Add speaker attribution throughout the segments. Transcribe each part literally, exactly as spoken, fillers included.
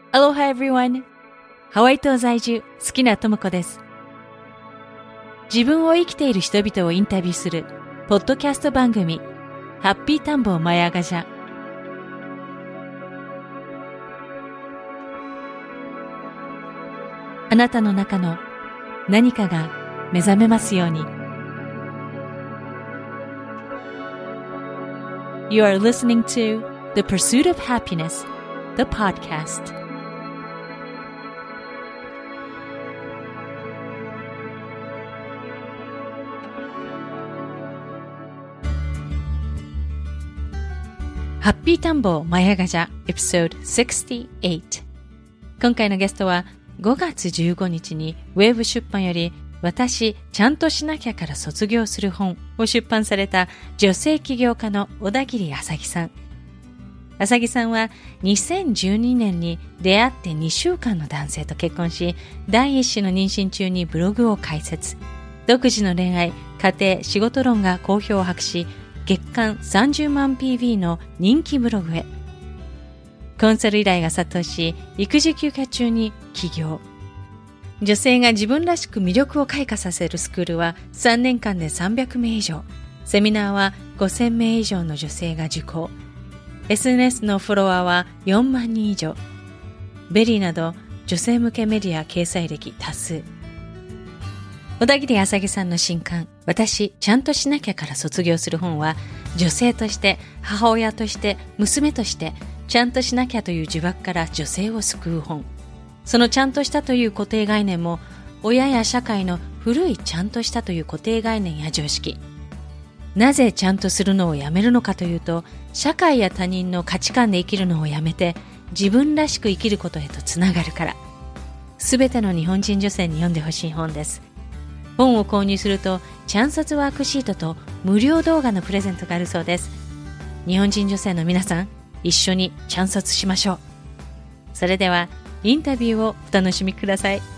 Speaker 1: Aloha everyone! ハワイ島在住、好きなともこです。自分を生きている人々をインタビューする、ポッドキャスト番組、ハッピータンボーマヤガジャ。あなたの中の何かが目覚めますように。You are listening to The Pursuit of Happiness, the podcast.ハッピータンボーマヤガジャエピソードろくじゅうはち。今回のゲストはごがつじゅうごにちにウェーブ出版より私ちゃんとしなきゃから卒業する本を出版された女性起業家の小田切あさぎさん。あさぎさんはにせんじゅうにねんに出会ってにしゅうかんの男性と結婚し、第一子の妊娠中にブログを開設。独自の恋愛、家庭、仕事論が好評を博し、月間さんじゅうまん ピーブイ の人気ブログへ。コンサル依頼が殺到し、育児休暇中に起業。女性が自分らしく魅力を開花させるスクールはさんねんかんでさんびゃくめい以上。セミナーはごせんめい以上の女性が受講。エスエヌエス のフォロワーはよんまんにん以上。ベリーなど女性向けメディア掲載歴多数。小田切あさぎさんの新刊、私ちゃんとしなきゃから卒業する本は、女性として、母親として、娘として、ちゃんとしなきゃという呪縛から女性を救う本。そのちゃんとしたという固定概念も、親や社会の古いちゃんとしたという固定概念や常識。なぜちゃんとするのをやめるのかというと、社会や他人の価値観で生きるのをやめて、自分らしく生きることへとつながるから。すべての日本人女性に読んでほしい本です。本を購入するとチャンサツワークシートと無料動画のプレゼントがあるそうです。日本人女性の皆さん、一緒にチャンサツしましょう。それではインタビューをお楽しみください。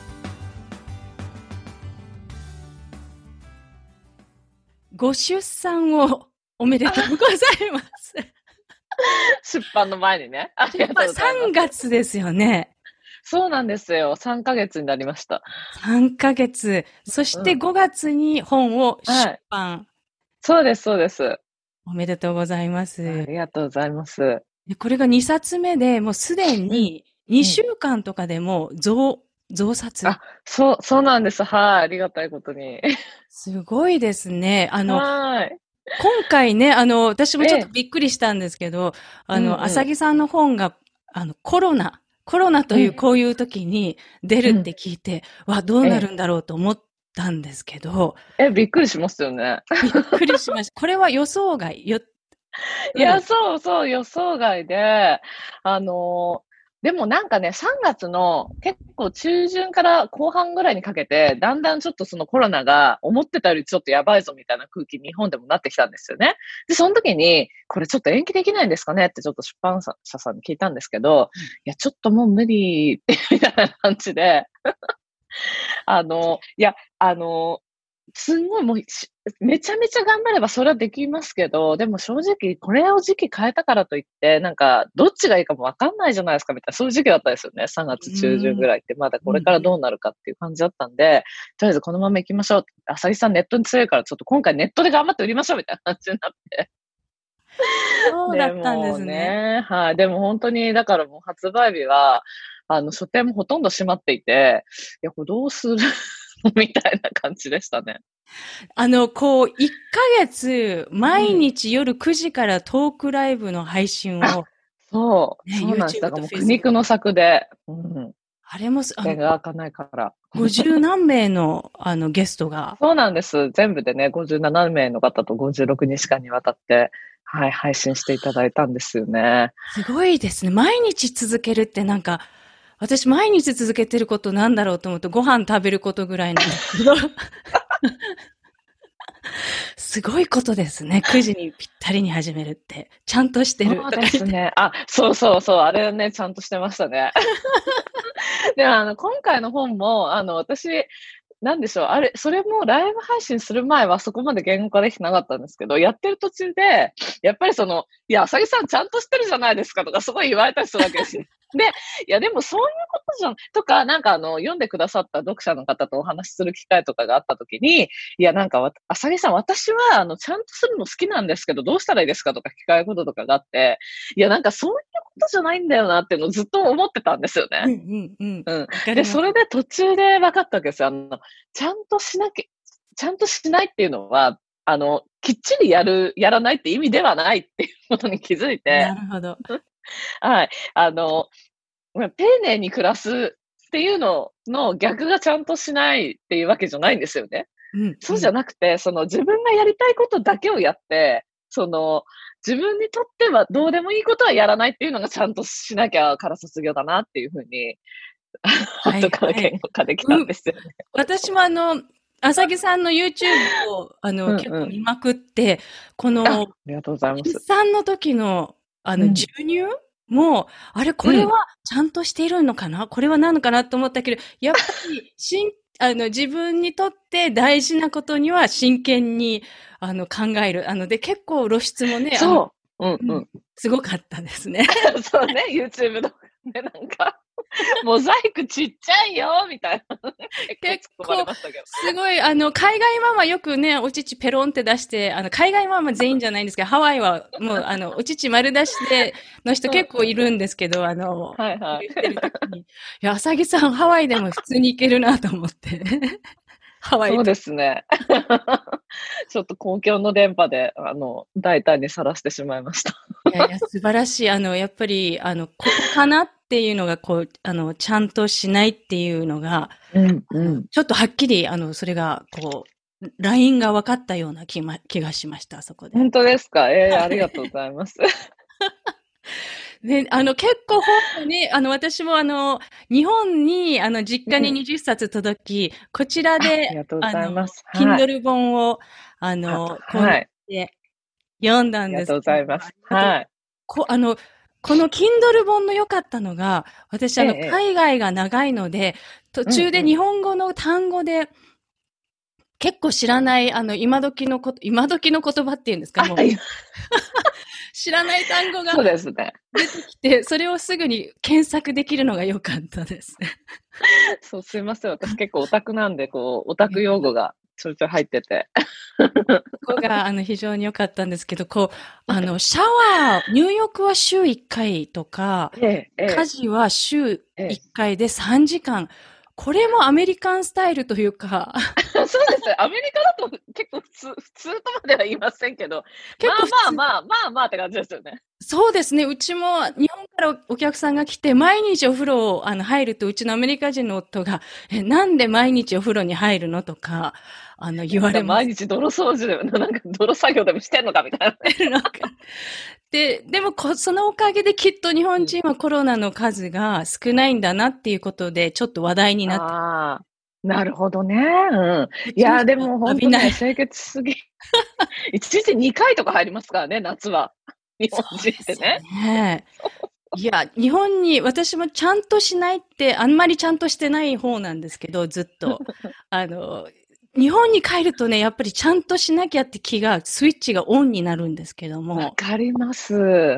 Speaker 1: ご出産をおめでとうございます
Speaker 2: 出版の前にね、ありがとうございます。
Speaker 1: さんがつですよね。
Speaker 2: そうなんですよ。さんかげつになりました。
Speaker 1: さんかげつ。そしてごがつに本を出版。はい、
Speaker 2: そうです、そうです。
Speaker 1: おめでとうございます。
Speaker 2: ありがとうございます。
Speaker 1: これがにさつめで、もうすでににしゅうかんとかでも増、うん、増刷。
Speaker 2: あ、そう、そうなんです。はい。ありがたいことに。
Speaker 1: すごいですね。あの、
Speaker 2: はい。
Speaker 1: 今回ね、あの、私もちょっとびっくりしたんですけど、あの、あさぎさんの本が、あの、コロナ、コロナというこういう時に出るって聞いて、うん、わ、どうなるんだろうと思ったんですけど。
Speaker 2: え、びっくりしますよね。
Speaker 1: びっくりしました。これは予想外。よ
Speaker 2: いや、そうそう、予想外で、あの、でもなんかね、さんがつの結構中旬から後半ぐらいにかけて、だんだんちょっとそのコロナが思ってたよりちょっとやばいぞみたいな空気日本でもなってきたんですよね。で、その時に、これちょっと延期できないんですかねってちょっと出版社さんに聞いたんですけど、うん、いや、ちょっともう無理、みたいな感じで、あの、いや、あの、すんごいもう、めちゃめちゃ頑張ればそれはできますけど、でも正直これを時期変えたからといって、なんかどっちがいいかもわかんないじゃないですかみたいな、そういう時期だったんですよね。さんがつちゅうじゅんぐらいってまだこれからどうなるかっていう感じだったんで、とりあえずこのまま行きましょう。あさぎさんネットに強いからちょっと今回ネットで頑張って売りましょうみたいな感じになって。
Speaker 1: そうだったんですね。
Speaker 2: ねはい。でも本当に、だからもう発売日は、あの、書店もほとんど閉まっていて、いや、これどうするみたいな感じでしたね。
Speaker 1: あの、こう、いっかげつ、毎日夜くじからトークライブの配信を。
Speaker 2: そう。ね、そうなんです。だからもう苦肉の策で。うん。
Speaker 1: あれも、
Speaker 2: あの、が開かないから。
Speaker 1: ごじゅうなんめいの、あの、ゲストが。
Speaker 2: そうなんです。全部でね、ごじゅうななめいの方とごじゅうろくにちかんにわたって、はい、配信していただいたんですよね。
Speaker 1: すごいですね。毎日続けるってなんか、私毎日続けてることなんだろうと思うと、ご飯食べることぐらいなんですけど。すごいことですね。くじにぴったりに始めるって。ちゃんとしてる。
Speaker 2: そうですね。あ、そうそうそう。あれはね、ちゃんとしてましたね。で、あの、今回の本も、あの、私、なんでしょう。あれ、それもライブ配信する前はそこまで言語化できてなかったんですけど、やってる途中で、やっぱりその、いや、あさぎさんちゃんとしてるじゃないですかとかすごい言われたりするわけですよ。 で、いやでもそういうことじゃん、とか、なんかあの、読んでくださった読者の方とお話しする機会とかがあった時に、いやなんかわ、あさぎさん、私はあの、ちゃんとするの好きなんですけど、どうしたらいいですかとか聞かれることとかがあって、いやなんかそういうことじゃないんだよなっていうのをずっと思ってたんですよね。
Speaker 1: うんうんうん。
Speaker 2: うん。
Speaker 1: わかり
Speaker 2: で、
Speaker 1: ます。
Speaker 2: それで途中で分かったわけですよ。あの、ちゃんとしなきゃ、ちゃんとしないっていうのは、あの、きっちりやる、やらないって意味ではないっていうことに気づいて、
Speaker 1: なるほど。
Speaker 2: はい。あの、ま丁寧に暮らすっていうのの逆がちゃんとしないっていうわけじゃないんですよね。
Speaker 1: うん
Speaker 2: そうじゃ
Speaker 1: うん。
Speaker 2: なくて、その自分がやりたいことだけをやって、その自分にとってはどうでもいいことはやらないっていうのがちゃんとしなきゃから卒業だなっていうふうに、
Speaker 1: はい
Speaker 2: 後から
Speaker 1: はい。
Speaker 2: 言語化できた
Speaker 1: うん。
Speaker 2: んですよね。
Speaker 1: 私もあの、あさぎさんの YouTube をあの、結
Speaker 2: うんうん。
Speaker 1: 構見まくって、こ
Speaker 2: あ、あ
Speaker 1: の、
Speaker 2: りがとうございま
Speaker 1: 出
Speaker 2: す。
Speaker 1: 産の時の、あの、
Speaker 2: うん。
Speaker 1: 授乳も、あれ、こ
Speaker 2: うん。
Speaker 1: れはちゃんとしているのかなこれは何のかなと思ったけど、やっぱり、しん、あの、自分にとって大事なことには真剣に、あの、考える。あの、で、結構露出もね、あの、
Speaker 2: そう。うん
Speaker 1: うん、
Speaker 2: うん。
Speaker 1: すごかったですね。
Speaker 2: そうね、YouTube 動画ね、なんか、モザイクちっちゃいよみたいな。結構突っ
Speaker 1: 結
Speaker 2: 込まれ
Speaker 1: 構、
Speaker 2: ましたけど。
Speaker 1: すごい、あの、海外ママよくね、お乳ペロンって出して、あの、海外ママ全員じゃないんですけど、ハワイはもう、あの、お乳丸出しでの人結構いるんですけど、あの、
Speaker 2: はいはい。
Speaker 1: してる時に、いや、あさぎさん、ハワイでも普通に行けるなと思って。ハワイ
Speaker 2: そう
Speaker 1: と。
Speaker 2: ですね。ちょっと公共の電波で、あの、大胆にさらしてしまいました。
Speaker 1: いやいや、素晴らしい。あの、やっぱり、あの、ここかなっていうのが、こう、あの、ちゃんとしないっていうのが、
Speaker 2: うんう
Speaker 1: あの、
Speaker 2: ん。
Speaker 1: ちょっとはっきり、あの、それが、こう、ラインが分かったような気ま、気がしました、あそこで。
Speaker 2: 本当ですか？ええ、ありがとうございます。
Speaker 1: ね、あの、結構本をね、あの、私もあの、日本に、あの、実家に
Speaker 2: うん。
Speaker 1: にじゅっさつ届き、こちら
Speaker 2: あ、あ
Speaker 1: で、
Speaker 2: りがとうご
Speaker 1: あの、
Speaker 2: ざいます。はい。
Speaker 1: Kindle 本を、あ
Speaker 2: は
Speaker 1: の、購入し
Speaker 2: はい。
Speaker 1: て読ん
Speaker 2: ありがとうご
Speaker 1: だんですけど、
Speaker 2: ざいます。
Speaker 1: ありがとう。
Speaker 2: はい。
Speaker 1: こ、あの、この Kindle 本の良かったのが、私あの、
Speaker 2: ええええ。
Speaker 1: 海外が長いので、途中で
Speaker 2: うんうん。
Speaker 1: 日本語の単語で、結構知らない、あの、今時のこと、今時の言葉っていうんですか、も
Speaker 2: あ、
Speaker 1: う、
Speaker 2: い
Speaker 1: 知らない単語が
Speaker 2: そうですね。
Speaker 1: 出てきて、それをすぐに検索できるのが良かったです。
Speaker 2: そう、すいません。私結構オタクなんで、こう、オタク用語がちょいちょい入ってて。
Speaker 1: ここが、あの、非常に良かったんですけど、こう、あの、シャワー、入浴は週いっかいとか、
Speaker 2: ええ、ええ、
Speaker 1: 家事は週1
Speaker 2: ええ。
Speaker 1: 回でさんじかん。これもアメリカンスタイルというか、
Speaker 2: そうですね。アメリカだと結構普通、普通とまでは言いませんけど、ま
Speaker 1: 結構普通、
Speaker 2: あまあまあ、まあまあって感じですよね。
Speaker 1: そうですね。うちも日本からお客さんが来て、毎日お風呂をあの入ると、うちのアメリカ人の夫が、え、なんで毎日お風呂に入るのとか、あの、言
Speaker 2: なんか
Speaker 1: われます。
Speaker 2: 毎日泥掃除でも、なんか泥作業でもしてんのかみたいなね。
Speaker 1: なんかで、でもこ、そのおかげできっと日
Speaker 2: うん。
Speaker 1: 本人はコロナの数が少ないんだなっていうことで、ちょっと話題になって、
Speaker 2: ああ、なるほどね。うん。
Speaker 1: こっ
Speaker 2: いや、で
Speaker 1: ちの人は
Speaker 2: もほんとね、
Speaker 1: 浴びない。
Speaker 2: 清潔すぎ。いちにちにかいとか入りますからね、夏は。日
Speaker 1: そ
Speaker 2: 本
Speaker 1: うですよ
Speaker 2: 人ってね。
Speaker 1: ね。いや、日本に、私もちゃんとしないって、あんまりちゃんとしてない方なんですけど、ずっと。あの、日本に帰るとね、やっぱりちゃんとしなきゃって気が、スイッチがオンになるんですけども。
Speaker 2: わかります。うん、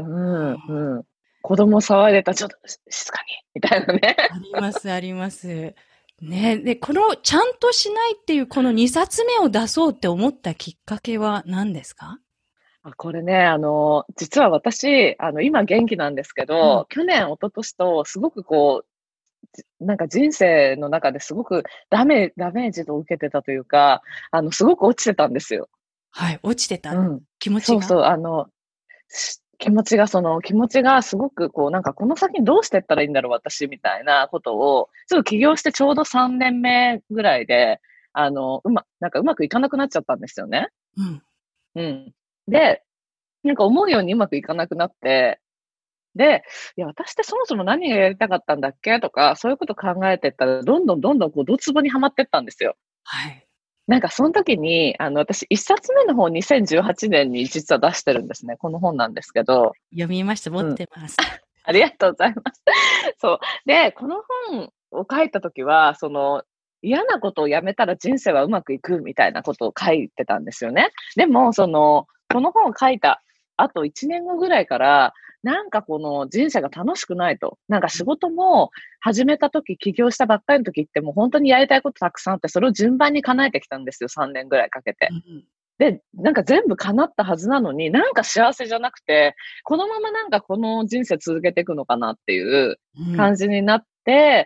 Speaker 2: うん。子供騒いでたらちょっとし静かに、みたいなね。
Speaker 1: あります、あります。ね。で、この、ちゃんとしないっていう、このにさつめを出そうって思ったきっかけは何ですか？
Speaker 2: あ、これね、あの、実は私、あの、今元気なんですけ
Speaker 1: うん。
Speaker 2: ど、去年、一昨年とすごくこう、じなんか人生の中ですごくダメダメージを受けてたというか、あの、すごく落ちてたんですよ。
Speaker 1: はい、落ちてた
Speaker 2: うん。
Speaker 1: 気持ちが。
Speaker 2: そうそう、あの、し気持ちがその、気持ちがすごくこう、なんかこの先どうしてったらいいんだろう、私みたいなことを、ちょっと起業してちょうどさんねんめぐらいで、あの、うまなんかうまくいかなくなっちゃったんですよね。
Speaker 1: うん。
Speaker 2: うん。で、なんか思うようにうまくいかなくなって、で、いや、私ってそもそも何がやりたかったんだっけとか、そういうこと考えてったら、どんどんどんどんこう、ドツボにはまってったんですよ。
Speaker 1: はい。
Speaker 2: なんかその時に、あの、私いっさつめの方にせんじゅうはちねんに実は出してるんですね。この本なんですけど。
Speaker 1: 読みました。持っ
Speaker 2: うん。
Speaker 1: てます。
Speaker 2: ありがとうございます。そう。で、この本を書いた時は、その、嫌なことをやめたら人生はうまくいくみたいなことを書いてたんですよね。でも、その、この本を書いたあといちねんごぐらいから、 なんかこの人生が楽しくないと。なんか仕事も始めた時、起業したばっかりの時ってもう本当にやりたいことたくさんあって、それを順番に叶えてきたんですよ、さんねんぐらいかけて。
Speaker 1: うん。
Speaker 2: で、なんか全部叶ったはずなのに、なんか幸せじゃなくて、このままなんかこの人生続けていくのかなっていう
Speaker 1: うん。
Speaker 2: 感じになって、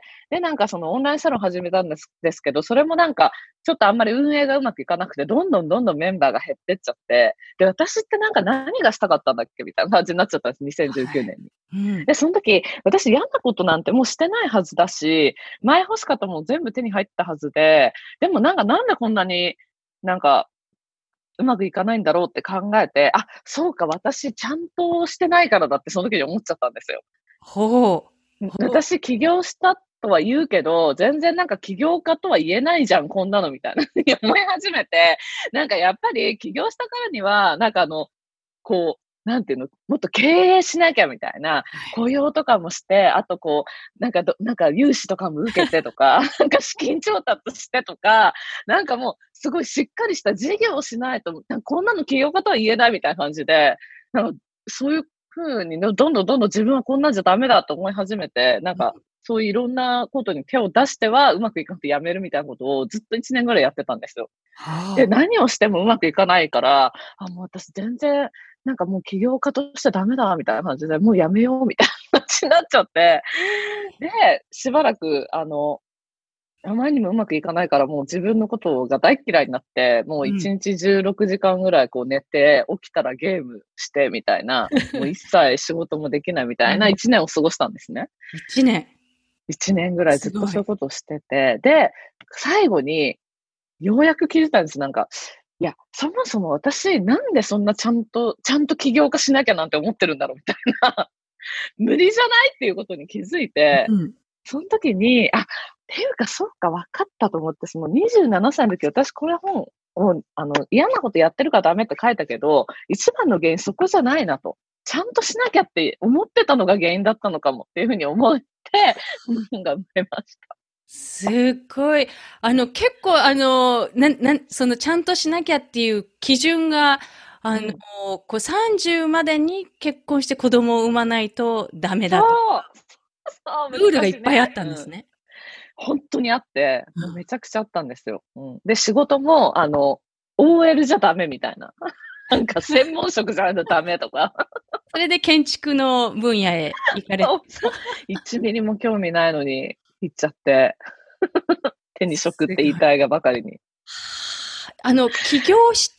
Speaker 2: で、なんかそのオンラインサロン始めたんですですけど、それもなんか、ちょっとあんまり運営がうまくいかなくて、どんどんどんどんメンバーが減ってっちゃって、で、私ってなんか何がしたかったんだっけみたいな感じになっちゃったんです、2019
Speaker 1: はい。
Speaker 2: 年に。
Speaker 1: うん。
Speaker 2: で、その時、私嫌なことなんてもうしてないはずだし、前欲しかったもの全部手に入ったはずで、でもなんかなんでこんなになんかうまくいかないんだろうって考えて、あ、そうか、私ちゃんとしてないからだってその時に思っちゃったんですよ。
Speaker 1: ほう。ほう。
Speaker 2: 私起業したとは言うけど、全然なんか起業家とは言えないじゃん、こんなのみたいなふうに思い始めて、なんかやっぱり起業したからには、なんかあの、こう、なんていうの、もっと経営しなきゃみたいな、
Speaker 1: はい。
Speaker 2: 雇用とかもして、あとこう、なんかどなんか融資とかも受けてとか、なんか資金調達してとか、なんかもうすごいしっかりした事業をしないと、なんかこんなの起業家とは言えないみたいな感じで、なんかそういう風にどんどんどんどん自分はこんなんじゃダメだと思い始めて、なんかそういういろんなことに手を出してはうまくいかなくてやめるみたいなことをずっといちねんぐらいやってたんですよ。で、
Speaker 1: はあ。
Speaker 2: 何をしてもうまくいかないから、あ、もう私全然、なんかもう起業家としてダメだみたいな感じで、もうやめようみたいな感じになっちゃって、
Speaker 1: ええ。
Speaker 2: で、しばらくあの、あまりにもうまくいかないから、もう自分のことが大嫌いになって、もう1
Speaker 1: うん。
Speaker 2: 日じゅうろくじかんぐらいこう寝て、起きたらゲームしてみたいな、もう一切仕事もできないみたいな
Speaker 1: うん。
Speaker 2: いちねんを過ごしたんですね。
Speaker 1: いちねん。
Speaker 2: いちねんぐらいずっと
Speaker 1: すごい。
Speaker 2: そういうことをしてて、で、最後にようやく気づいたんです。なんか、いや、そもそも私、なんでそんなちゃんと、ちゃんと起業家しなきゃなんて思ってるんだろうみたいな、無理じゃないっていうことに気づいて、
Speaker 1: うん。
Speaker 2: その時に、あ、っていうか、そうか、分かったと思って、そのにじゅうななさいの時、私これ本を、あの、嫌なことやってるからダメって書いたけど、一番の原因そこじゃないなと。ちゃんとしなきゃって思ってたのが原因だったのかもっていうふうに思って、その本が生まれました。
Speaker 1: すっごい。あの、結構、あの、なん、なん、その、ちゃんとしなきゃっていう基準が、あの、
Speaker 2: うん。
Speaker 1: こう、さんじゅうまでに結婚して子供を産まないとダメだと。
Speaker 2: そうそう、
Speaker 1: ルールがい
Speaker 2: 難しいね。
Speaker 1: っぱいあったん
Speaker 2: うん。
Speaker 1: ですね。
Speaker 2: 本当にあって、
Speaker 1: うん。
Speaker 2: もうめちゃくちゃあったんですよ。うん。で、仕事も、あの、オーエル じゃダメみたいな。なんか専門職じゃないとダメとか。
Speaker 1: それで建築の分野へ行かれ、
Speaker 2: そうそう。いちミリも興味ないのに行っちゃって、手に職って
Speaker 1: すごい。
Speaker 2: 言いたいがばかりに。
Speaker 1: あの、起業して、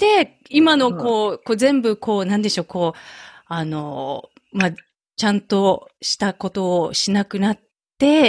Speaker 1: 今の
Speaker 2: うん。
Speaker 1: こう、こう全部こう、なんでしょう、こう、あの、まあ、ちゃんとしたことをしなくなって、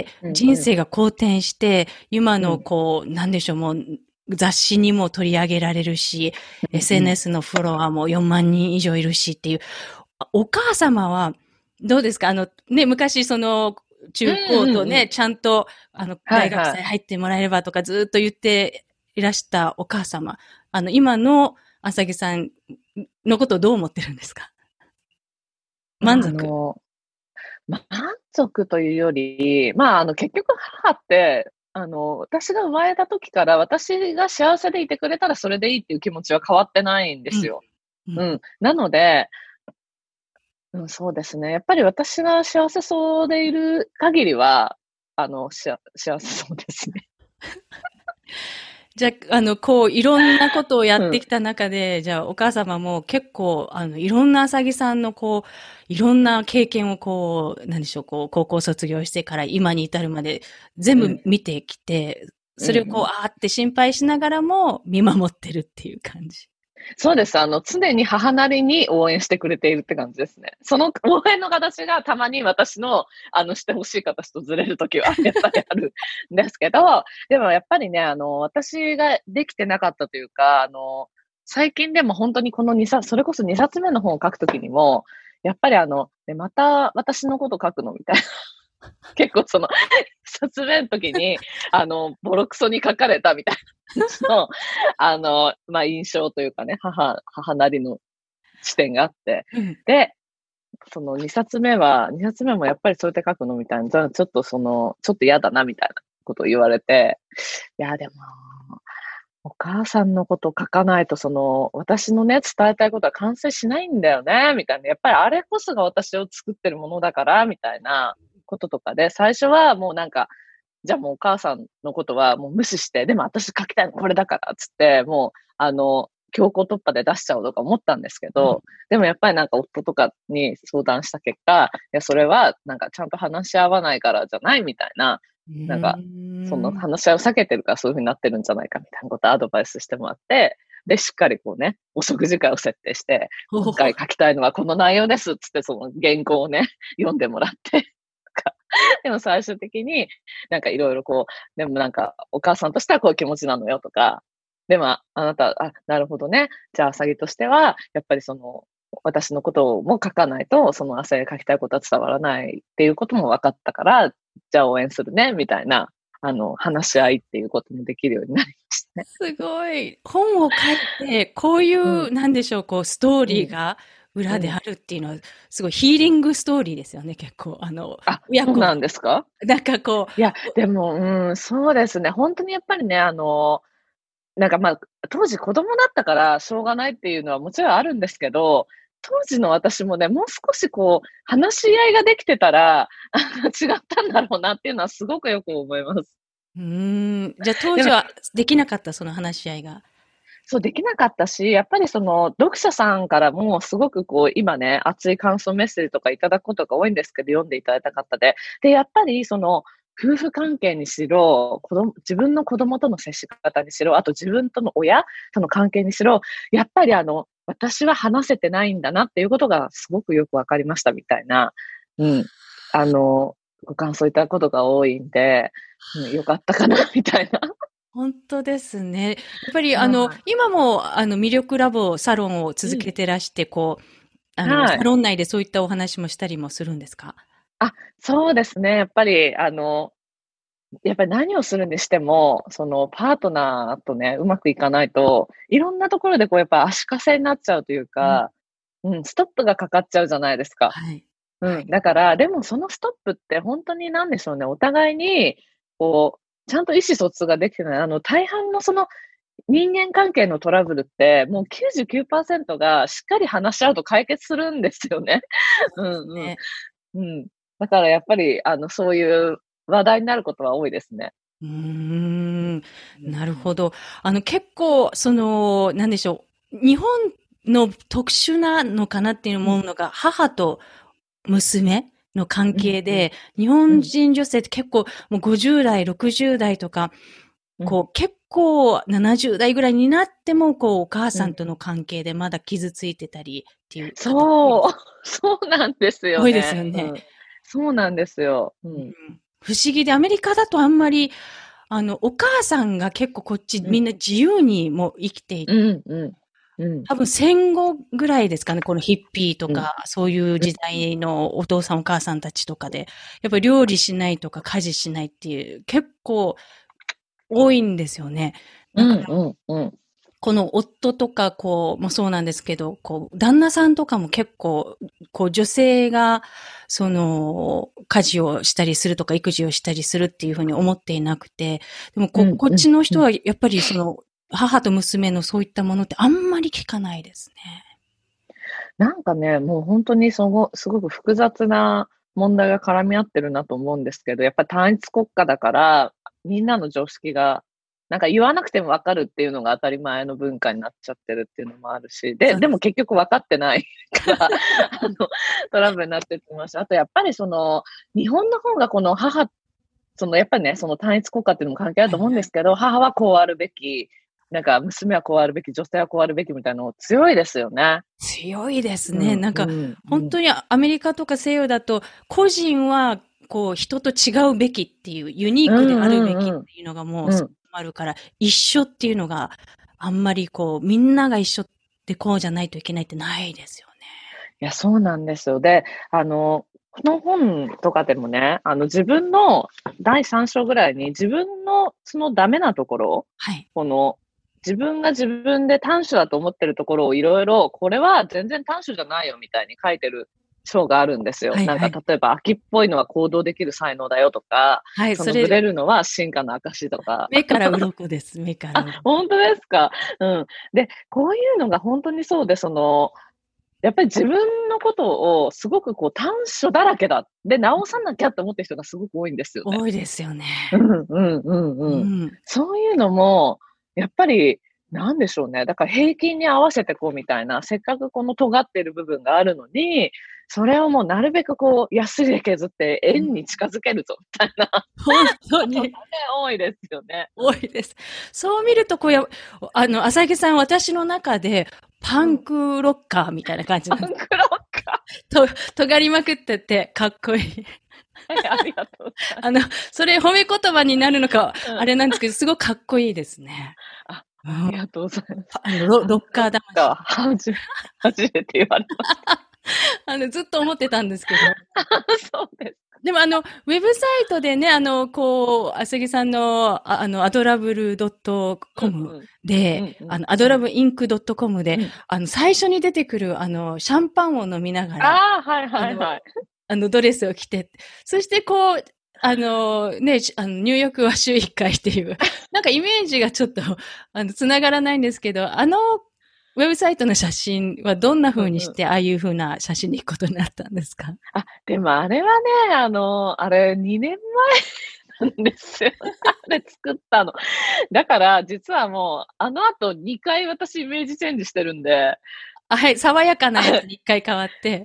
Speaker 2: うんうん。
Speaker 1: 人生が好転して、今の
Speaker 2: うん。
Speaker 1: こう、なんでしょう、もう、雑誌にも取り上げられるし、
Speaker 2: うんうん。
Speaker 1: エスエヌエス のフォロワーもよんまん人以上いるしっていう、お母様は、どうですかあの、ね、昔その、
Speaker 2: うん
Speaker 1: 中高とね、
Speaker 2: うんうん。
Speaker 1: ちゃんと、あの、大学
Speaker 2: はいはい。
Speaker 1: 祭入ってもらえればとかずっと言っていらしたお母様。あの、今のあさぎさんのことをどう思ってるんですか？満足？
Speaker 2: あの、満足というより、まあ、あの、結局母って、あの、私が生まれた時から私が幸せでいてくれたらそれでいいっていう気持ちは変わってないんで
Speaker 1: うん。
Speaker 2: すよ。
Speaker 1: うん。
Speaker 2: うん。なので、うん、そうですね。やっぱり私が幸せそうでいる限りは、あの、しあ幸せそうですね。
Speaker 1: じゃあ、あの、こう、いろんなことをや
Speaker 2: うん。
Speaker 1: ってきた中で、じゃあ、お母様も結構、あの、いろんなあさぎさんの、こう、いろんな経験を、こう、なんでしょう、こう、高校卒業してから今に至るまで、全
Speaker 2: うん。
Speaker 1: 部見てきて、それをこう、
Speaker 2: うんうん。
Speaker 1: あーって心配しながらも、見守ってるっていう感じ。
Speaker 2: そうです。あの、常に母なりに応援してくれているって感じですね。その応援の形がたまに私の、あの、してほしい形とずれるときはやっぱりあるんですけど、でもやっぱりね、あの、私ができてなかったというか、あの、最近でも本当にこのにさつ、それこそにさつめの本を書くときにも、やっぱりあの、ね、また私のこと書くのみたいな。結構その、冊目の時に、あの、ボロクソに書かれたみたいな感じの、あの、まあ、印象というかね、母、母なりの視点があって。
Speaker 1: うん。
Speaker 2: で、そのにさつめは、にさつめもやっぱりそうやって書くのみたいな、じゃあちょっとその、ちょっと嫌だなみたいなことを言われて、いや、でも、 お母さんのこと書かないと、その、私のね、伝えたいことは完成しないんだよね、みたいな。やっぱりあれこそが私を作ってるものだから、みたいなこととかで、最初はもうなんか、じゃあもうお母さんのことはもう無視して、でも私書きたいのこれだから、つって、もう、あの、強行突破で出しちゃおうとか思ったんですけ
Speaker 1: うん
Speaker 2: ど、でもやっぱりなんか夫とかに相談した結果、いや、それはなんかちゃんと話し合わないからじゃないみたいな、
Speaker 1: う
Speaker 2: なんか、その
Speaker 1: ーん。
Speaker 2: 話し合いを避けてるからそういう風になってるんじゃないかみたいなことをアドバイスしてもらって、で、しっかりこうね、お食事会を設定して、
Speaker 1: ほほほ。
Speaker 2: 今回書きたいのはこの内容ですっつってその原稿をね、読んでもらって、かでも最終的になんかいろいろこう、でもなんかお母さんとしてはこういう気持ちなのよとか、でもあなた、あ、なるほどね。じゃあ、あさぎとしては、やっぱりその、私のことも書かないと、そのあさぎが書きたいことは伝わらないっていうことも分かったから、じゃあ応援するね、みたいな、あの、話し合いっていうこともできるようになりましたね。
Speaker 1: すごい。本を書いて、こうい
Speaker 2: うん、
Speaker 1: う、なんでしょう、こう、ストー
Speaker 2: うん、
Speaker 1: リーが裏で
Speaker 2: うん。
Speaker 1: あるっていうのは、すごいヒーリングストーリーですよね、結構。あの、
Speaker 2: あ、
Speaker 1: 親子が。
Speaker 2: そうなんですか？
Speaker 1: なんかこ
Speaker 2: いや、
Speaker 1: う、
Speaker 2: でも、うん、そうですね。本当にやっぱりね、あの、なんか、まあ、当時子供だったからしょうがないっていうのはもちろんあるんですけど、当時の私もね、もう少しこう、話し合いができてたら、あの、違ったんだろうなっていうのはすごくよく思います。
Speaker 1: うーん。じゃあ当
Speaker 2: でも、
Speaker 1: 時はできなかった、その話し合いが。
Speaker 2: そうできなかったし、やっぱりその、読者さんからもすごくこう、今ね、熱い感想メッセージとかいただくことが多いんですけど、読んでいただいた方で。で、やっぱりその、夫婦関係にしろ、子供自分の子供との接し方にしろ、あと自分との親との関係にしろ、やっぱりあの、私は話せてないんだなっていうことがすごくよくわかりましたみたいな、うん。あの、ご感想いただくことが多いんで、うん、よかったかなみたいな。
Speaker 1: 本当ですね。やっぱりあの、
Speaker 2: はい。
Speaker 1: 今もあの、魅力ラボサロンを
Speaker 2: うん。
Speaker 1: 続けてらして、こう、あの、
Speaker 2: はい。
Speaker 1: サロン内でそういったお話もしたりもするんですか？
Speaker 2: あ、そうですね。やっぱり、あの、やっぱり何をするにしても、そのパートナーとね、うまくいかないと、いろんなところでこうやっぱ足かせになっちゃうという
Speaker 1: うん。
Speaker 2: か、うん、ストップがかかっちゃうじゃないですか。
Speaker 1: はい。
Speaker 2: うん、
Speaker 1: はい。
Speaker 2: だから、でもそのストップって本当になんでしょうね、お互いに、こう、ちゃんと意思疎通ができてない、あの、大半のその人間関係のトラブルって、もうきゅうじゅうきゅうパーセントがしっかり話し合うと解決するんですよね。うんうん。
Speaker 1: ね。
Speaker 2: うん。だからやっぱり、あの、そういう話題になることは多いですね。
Speaker 1: うーん、
Speaker 2: うんうん。
Speaker 1: なるほど。あの、結構、その、なんでしょう。日本の特殊なのかなっていう
Speaker 2: うん、
Speaker 1: ものが、母と娘の関
Speaker 2: うん、うん、
Speaker 1: 係で、日本
Speaker 2: うん、
Speaker 1: 人女性って結構もうごじゅう代、ろくじゅう代とか、
Speaker 2: うん、
Speaker 1: こう結構ななじゅう代ぐらいになっても、こうお母
Speaker 2: うん。
Speaker 1: さんとの関係でまだ傷ついてたりっていう方多いで
Speaker 2: そう、
Speaker 1: す。
Speaker 2: そうなんですよ
Speaker 1: 多いですよ
Speaker 2: ね。う
Speaker 1: ね。
Speaker 2: ん。そうなんですよ。う
Speaker 1: う
Speaker 2: ん。
Speaker 1: ん、不思議で、アメリカだとあんまり、あの、お母さんが結構こっち
Speaker 2: うん。
Speaker 1: みんな自由にもう生きていて、
Speaker 2: うん、うん。うん、
Speaker 1: 多分戦後ぐらいですかね、このヒッピーと
Speaker 2: うん、
Speaker 1: か、そういう
Speaker 2: うん、
Speaker 1: 時代のお父さんお母さんたちとかで、やっぱり料理しないとか家事しないっていう、結構多いんですよね。だから、
Speaker 2: うん、うん、うん。
Speaker 1: この夫とか、こう、もそうなんですけど、こう、旦那さんとかも結構、こう、女性が、その、家事をしたりするとか、育児をしたりするっていうふうに思っていなくて、でも、こ、
Speaker 2: うん、うん、
Speaker 1: こっちの
Speaker 2: うん。
Speaker 1: 人は、やっぱりその、母と娘のそういったものってあんまり聞かないですね。
Speaker 2: なんかね、もう本当にそごすごく複雑な問題が絡み合ってるなと思うんですけど、やっぱ単一国家だから、みんなの常識が、なんか言わなくても分かるっていうのが当たり前の文化になっちゃってるっていうのもあるし、で、でも
Speaker 1: そうです。
Speaker 2: 結局分かってないから、あの、トラブルになってってますし、あとやっぱりその、日本の方がこの母そのやっぱりね、その単一国家っていうのも関係あると思うん
Speaker 1: はいはい。
Speaker 2: ですけど、母はこうあるべき、なんか娘はこうあるべき、女性はこうあるべきみたいなの強いですよね。
Speaker 1: 強いですね。
Speaker 2: うん、
Speaker 1: なんか、
Speaker 2: うん、うん。
Speaker 1: 本当にアメリカとか西洋だと、個人は、こう、人と違うべきっていう、ユニー
Speaker 2: う
Speaker 1: クであるべき
Speaker 2: んうん
Speaker 1: っていうのがもう、
Speaker 2: うん。うん。
Speaker 1: あるから、一緒っていうのがあんまりこう、みんなが一緒でこうじゃないといけないってないですよね。
Speaker 2: いや、そうなんですよ。で、あの、この本とかでもね、あの、自分のだいさん章ぐらいに、自分のそのダメなところ、
Speaker 1: はい。
Speaker 2: この、自分が自分で短所だと思ってるところをいろいろ、これは全然短所じゃないよみたいに書いてる章があるんですよ。
Speaker 1: はいはい、
Speaker 2: なんか例えば秋っぽいのは行動できる才能だよとか、
Speaker 1: はい、
Speaker 2: そ
Speaker 1: それ、
Speaker 2: のブレるのは進化の証とか。
Speaker 1: 目から鱗です、目から鱗。
Speaker 2: あ、本当ですか。うん。で、こういうのが本当にそうで、その、やっぱり自分のことをすごくこう短所だらけだ。で、直さなきゃって思ってる人がすごく多いんですよね。
Speaker 1: 多いですよね。
Speaker 2: うんうんうん
Speaker 1: う
Speaker 2: うん。
Speaker 1: ん。
Speaker 2: そういうのも、やっぱり、なんでしょうね。だから平均に合わせてこうみたいな、せっかくこの尖ってる部分があるのに、それをもうなるべくこう、ヤスリで削って円に近づけるぞ、みたいな
Speaker 1: 本当
Speaker 2: ことがね、
Speaker 1: に
Speaker 2: 多いですよね。
Speaker 1: 多いです。そう見ると、こうや、あの、浅木さん、私の中で、パンクロッカーみたいな感じなんです。
Speaker 2: パンクロッカ
Speaker 1: と、尖りまくってて、かっこいい。
Speaker 2: ー。はい、ありがとうございます。
Speaker 1: あの、それ褒め言葉になるのか、
Speaker 2: うん
Speaker 1: あれなんですけど、すごくかっこいいですね。
Speaker 2: あ、
Speaker 1: うん
Speaker 2: ありがとうございます。
Speaker 1: あのロ、ロッカー魂。
Speaker 2: か、初め、初めて言われまし
Speaker 1: あの、ずっと思ってたんですけど。
Speaker 2: た。そうです。
Speaker 1: でもあの、ウェブサイトでね、あの、こう、あさぎさんの、ああの、アドラブルドットコムで、
Speaker 2: うんうん
Speaker 1: あの、アドラブインクドットコムで、
Speaker 2: うん
Speaker 1: あの、最初に出てくる、あの、シャンパンを飲みながら、
Speaker 2: ああ、はいはいはい。
Speaker 1: あの、ドレスを着て、そしてこう、あの、ね、しあの、入浴は週一回っていう、なんかイメージがちょっと、あの、つながらないんですけど、あの、ウェブサイトの写真はどんな風にして、ああいう風な写真に行くことになったんですか？
Speaker 2: あ、でもあれはね、あの、あれにねんまえなんですよ。あれ作ったの。だから、実はもう、あの後にかい私イメージチェンジしてるんで、
Speaker 1: あ、はい、爽やかなやつに一回変わって。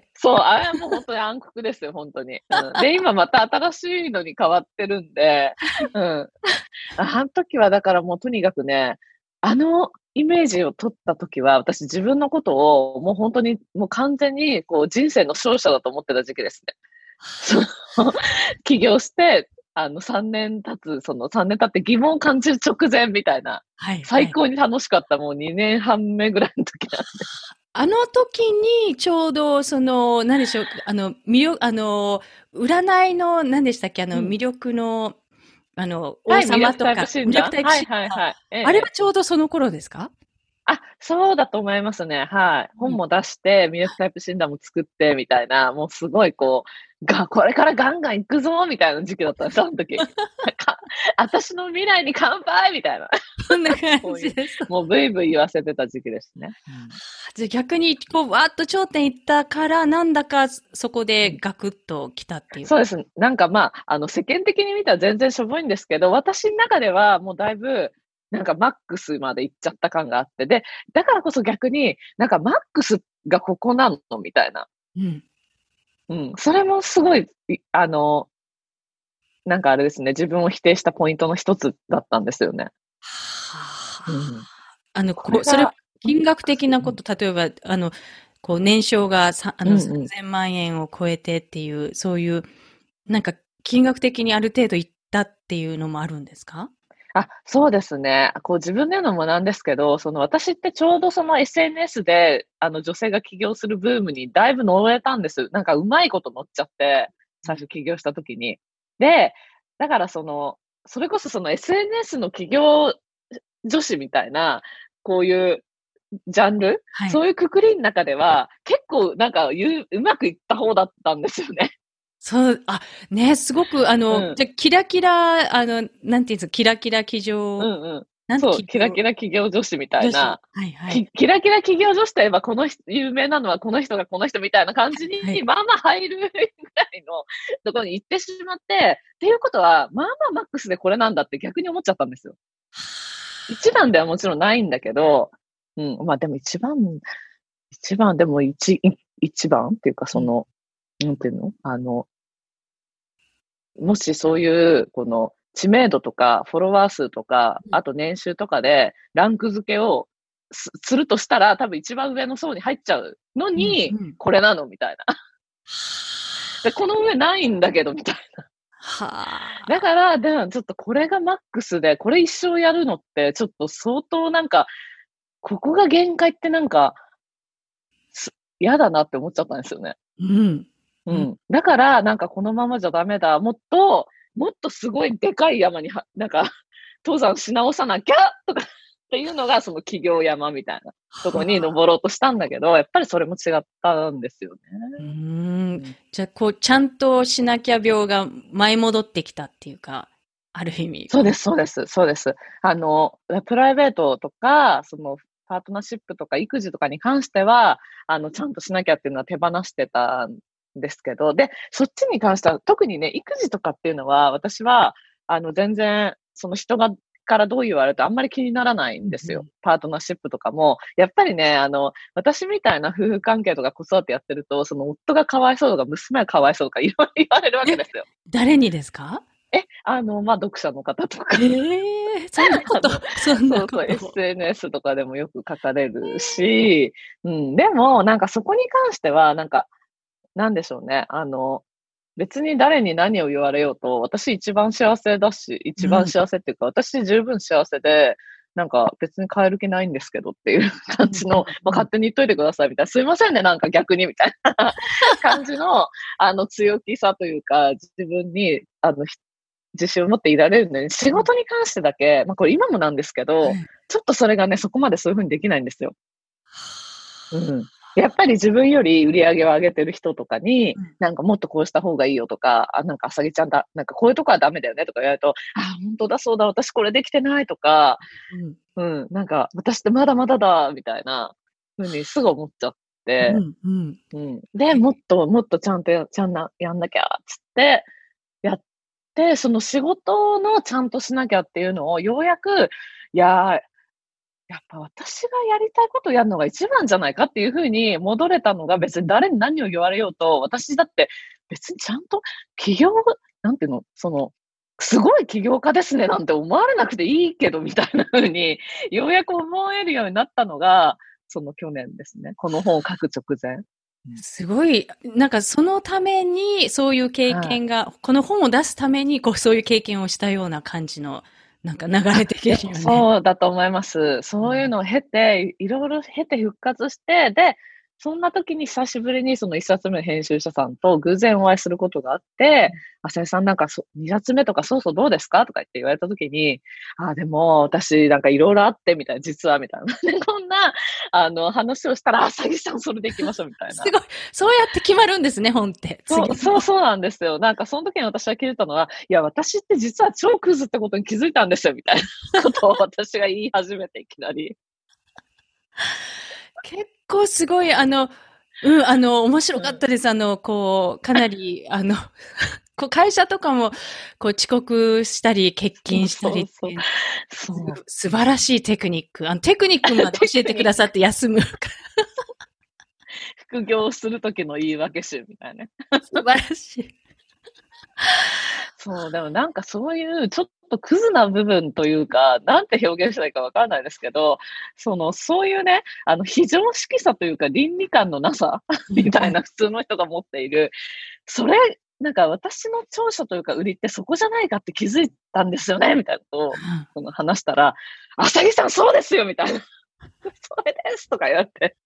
Speaker 2: そう、あれはもう本当に暗黒ですよ、本当に。うん、で、今また新しいのに変わってるんで、うん。あの時はだからもうとにかくね、あのイメージを取った時は、私自分のことをもう本当に、もう完全にこう人生の勝者だと思ってた時期ですね。その起業して、あのさんねん経つ、そのさんねん経って疑問を感じる直前みたいな、
Speaker 1: はい、は
Speaker 2: 最
Speaker 1: い。
Speaker 2: 高に楽しかったもうにねんはんめぐらいの時なんで。
Speaker 1: あの時に、ちょうど、その、何でしょう、あの、魅力、あの、占いの、何でしたっけ、あの、
Speaker 2: うん。
Speaker 1: 魅力の、あの、王
Speaker 2: はい、魅力タイプ
Speaker 1: 様とか、魅力
Speaker 2: 診断はい
Speaker 1: タイプ診断。
Speaker 2: はいはい。ええ
Speaker 1: あれは
Speaker 2: ええ。
Speaker 1: ちょうどその頃ですか？
Speaker 2: あ、そうだと思いますね。はい。
Speaker 1: うん。
Speaker 2: 本も出して、魅力タイプ診断も作ってみたいな、もうすごいこう、が、これからガンガン行くぞみたいな時期だったんです、その時。か私の未来に乾杯みたいな。
Speaker 1: そんな感
Speaker 2: こういう、
Speaker 1: じです。
Speaker 2: もうブイブイ言わせてた時期ですね。
Speaker 1: じゃあ逆に、こう、わーっと頂点行ったから、なんだかそこ
Speaker 2: うん。うん。
Speaker 1: でガクッと来たっていう。
Speaker 2: そうです。なんかまあ、あの世間的に見たら全然しょぼいんですけど、私の中ではもうだいぶ、なんかマックスまで行っちゃった感があって、で、だからこそ逆に、なんかマックスがここなのみたいな。
Speaker 1: うん。
Speaker 2: うん。それもすごい、いあの、なんかあれですね、自分を否定したポイントの一つだったんですよね。
Speaker 1: はあ。
Speaker 2: うん。
Speaker 1: あの、
Speaker 2: こ
Speaker 1: こう、それ、
Speaker 2: れが、マッ
Speaker 1: 金額
Speaker 2: クス、うん。
Speaker 1: 的なこと、例えば、あの、こう、年商がさ、あの、
Speaker 2: うんうん。
Speaker 1: さんぜんまん円を超えてっていう、そういう、なんか、金額的にある程度いったっていうのもあるんですか？
Speaker 2: あ、そうですね。こう自分で言うのもなんですけど、その私ってちょうどその エスエヌエス で、あの女性が起業するブームにだいぶ乗れたんです。なんかうまいこと乗っちゃって、
Speaker 1: うん。
Speaker 2: 最初起業した時に。で、だからその、それこそその エスエヌエス の起業女子みたいな、こういうジャンル、
Speaker 1: はい。
Speaker 2: そういうくくりの中では、結構なんかゆううまくいった方だったんですよね。
Speaker 1: そう、あ、ね、すごく、あ
Speaker 2: う
Speaker 1: の、
Speaker 2: ん。
Speaker 1: じゃ、キラキラ、あの、なんていうんですか、キラキラ起業、
Speaker 2: うんうん。
Speaker 1: なんて
Speaker 2: そう、
Speaker 1: 起業
Speaker 2: キラキラ企業女子みたい
Speaker 1: 女子。
Speaker 2: な、
Speaker 1: はいはい。
Speaker 2: きキラキラ企業女子といえば、この人有名なのはこの人がこの人みたいな感じに、
Speaker 1: はい。
Speaker 2: まあまあ入るぐらいのところに行ってしまって、っていうことは、まあまあマックスでこれなんだって逆に思っちゃったんですよ。一番ではもちろんないんだけど、うん、まあでも一番、一番でも一、い一番っていうか
Speaker 1: うん。
Speaker 2: その、なんていうのあの、もしそういう、この、知名度とか、フォロワー数とか、
Speaker 1: うん。
Speaker 2: あと年収とかで、ランク付けをすするとしたら、多分一番上の層に入っちゃうの
Speaker 1: うん、
Speaker 2: に、
Speaker 1: うん。
Speaker 2: これなのみたいな。で、この上ないんだけど、みたいな。
Speaker 1: はあ。
Speaker 2: だから、でちょっとこれがマックスで、これ一生やるのって、ちょっと相当なんか、ここが限界ってなんか、す嫌だなって思っちゃったんですよね。
Speaker 1: うん。うん。
Speaker 2: うん。だから、なんかこのままじゃダメだ。もっと、もっとすごいでかい山には、なんか、登山し直さなきゃとかっていうのがその企業山みたいなところに登ろうとしたんだけど、やっぱりそれも違ったんですよね。
Speaker 1: うーん。じゃあ、こう、ちゃんとしなきゃ病が舞い戻ってきたっていうか、ある意味。
Speaker 2: そうです、そうです、そうです。あの、プライベートとか、その、パートナーシップとか育児とかに関しては、あの、ちゃんとしなきゃっていうのは手放してたんですけど、で、そっちに関しては、特にね、育児とかっていうのは、私は、あの、全然、その人が、からどう言われるとあんまり気にならないんですよ。
Speaker 1: うんうん、
Speaker 2: パートナーシップとかも。やっぱりね、あの、私みたいな夫婦関係とか子育てやってると、その夫がかわいそうとか娘がかわいそうとかいろいろ言われるわけですよ。
Speaker 1: 誰にですか？
Speaker 2: え、あの、まあ、読者の方とか。
Speaker 1: ええー、そんなこと、そんなこと。
Speaker 2: そうそう、エスエヌエス とかでもよく書かれるし、うん、でも、なんかそこに関しては、なんか、なんでしょうね。あの、別に誰に何を言われようと、私一番幸せだし、一番幸せっていうか、うん、私十分幸せで、なんか別に変える気ないんですけどっていう感じの、まあ、勝手に言っといてくださいみたいな、すいませんね、なんか逆にみたいな感じの、あの強気さというか、自分に、あの、自信を持っていられるのに、仕事に関してだけ、まあこれ今もなんですけど、ちょっとそれがね、そこまでそういう風にできないんですよ。うん。やっぱり自分より売り上げを上げてる人とかに、なんかもっとこうした方がいいよとか、あ、なんかあさぎちゃんだ、なんかこういうとこはダメだよねとか言われると、あ、本当だそうだ、私これできてないとか、うん、うん、なんか私ってまだまだだ、みたいな風にすぐ思っちゃって、
Speaker 1: うんうん
Speaker 2: うん、で、もっともっとちゃんとや、ちゃんな、やんなきゃ、つって、やって、その仕事のちゃんとしなきゃっていうのをようやく、いやー、やっぱ私がやりたいことをやるのが一番じゃないかっていう風に戻れたのが、別に誰に何を言われようと、私だって別にちゃんと起業、なんていうの、その、すごい起業家ですねなんて思われなくていいけどみたいな風に、ようやく思えるようになったのが、その去年ですね。この本を書く直前。
Speaker 1: すごい、なんかそのためにそういう経験が、はい、この本を出すためにこうそういう経験をしたような感じのなんか流れてきてるよね。
Speaker 2: そうだと思います。そういうのを経て、いろいろ経て復活して、で、そんな時に久しぶりにその一冊目の編集者さんと偶然お会いすることがあって、あさりさんなんかそ二冊目とかそうそうどうですかとか言って言われた時に、ああ、でも私なんかいろいろあってみたいな、実はみたいな。で、こんな、あの、話をしたら、あさぎさんそれで行きましょうみたいな。
Speaker 1: すごい。そうやって決まるんですね、本って。
Speaker 2: そうそうそうなんですよ。なんかその時に私は気づいたのは、いや、私って実は超クズってことに気づいたんですよ、みたいなことを私が言い始めていきなり。
Speaker 1: 結構すごい、あの、うん、あの、面白かったです。うん、あの、こう、かなり、あの、こう会社とかも、こう遅刻したり、欠勤したりって、そうそうそう、素晴らしいテクニック。あの、テクニックまで教えてくださって休む。
Speaker 2: 副業するときの言い訳集みたいなね。
Speaker 1: 素晴らしい。
Speaker 2: そう、でもなんかそういうちょっとクズな部分というか、なんて表現したらいいかわからないですけど、その、そういうね、あの、非常識さというか倫理観のなさみたいな普通の人が持っている、それ、なんか私の長所というか売りってそこじゃないかって気づいたんですよね、みたいなことを、その話したら、あさぎさんそうですよみたいな。それですとか言われて。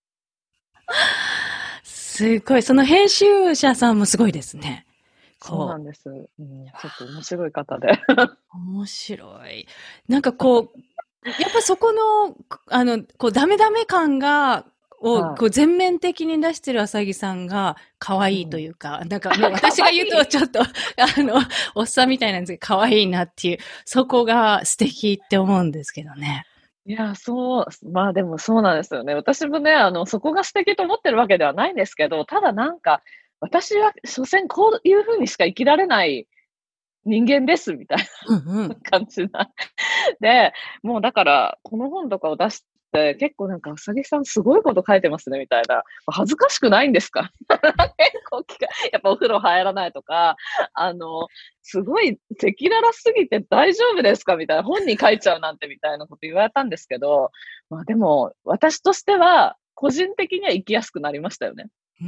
Speaker 1: すごい。その編集者さんもすごいですね。
Speaker 2: そうなんです。うん、ちょっと面白い方で。
Speaker 1: 面白い。なんかこう、やっぱそこの、あの、こう、ダメダメ感が、を、こう、全面的に出してるあさぎさんが、可愛いというか、うん、なんかね、私が言うとちょっと、あの、おっさんみたいなんですけど、可愛いなっていう、そこが素敵って思うんですけどね。
Speaker 2: いや、そう、まあでもそうなんですよね。私もね、あの、そこが素敵と思ってるわけではないんですけど、ただなんか、私は、所詮こういう風にしか生きられない人間です、みたいな感じな。で、もうだから、この本とかを出して、結構なんか、うさぎさんすごいこと書いてますね、みたいな。恥ずかしくないんですか結構聞か、やっぱお風呂入らないとか、あの、すごい赤裸々すぎて大丈夫ですかみたいな。本に書いちゃうなんてみたいなこと言われたんですけど、まあでも、私としては、個人的には生きやすくなりましたよね。
Speaker 1: うん。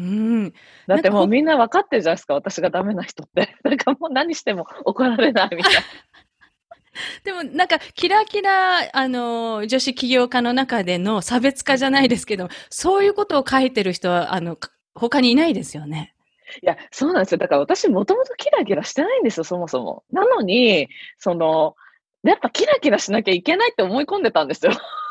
Speaker 2: だってもうみんな分かってるじゃないですか、私がダメな人って。なんかもう何しても怒られないみたいな。
Speaker 1: でもなんかキラキラ、あの、女子起業家の中での差別化じゃないですけど、そういうことを書いてる人は、あの、他にいないですよね。
Speaker 2: いや、そうなんですよ。だから私もともとキラキラしてないんですよ、そもそも。なのに、その、やっぱキラキラしなきゃいけないって思い込んでたんですよ。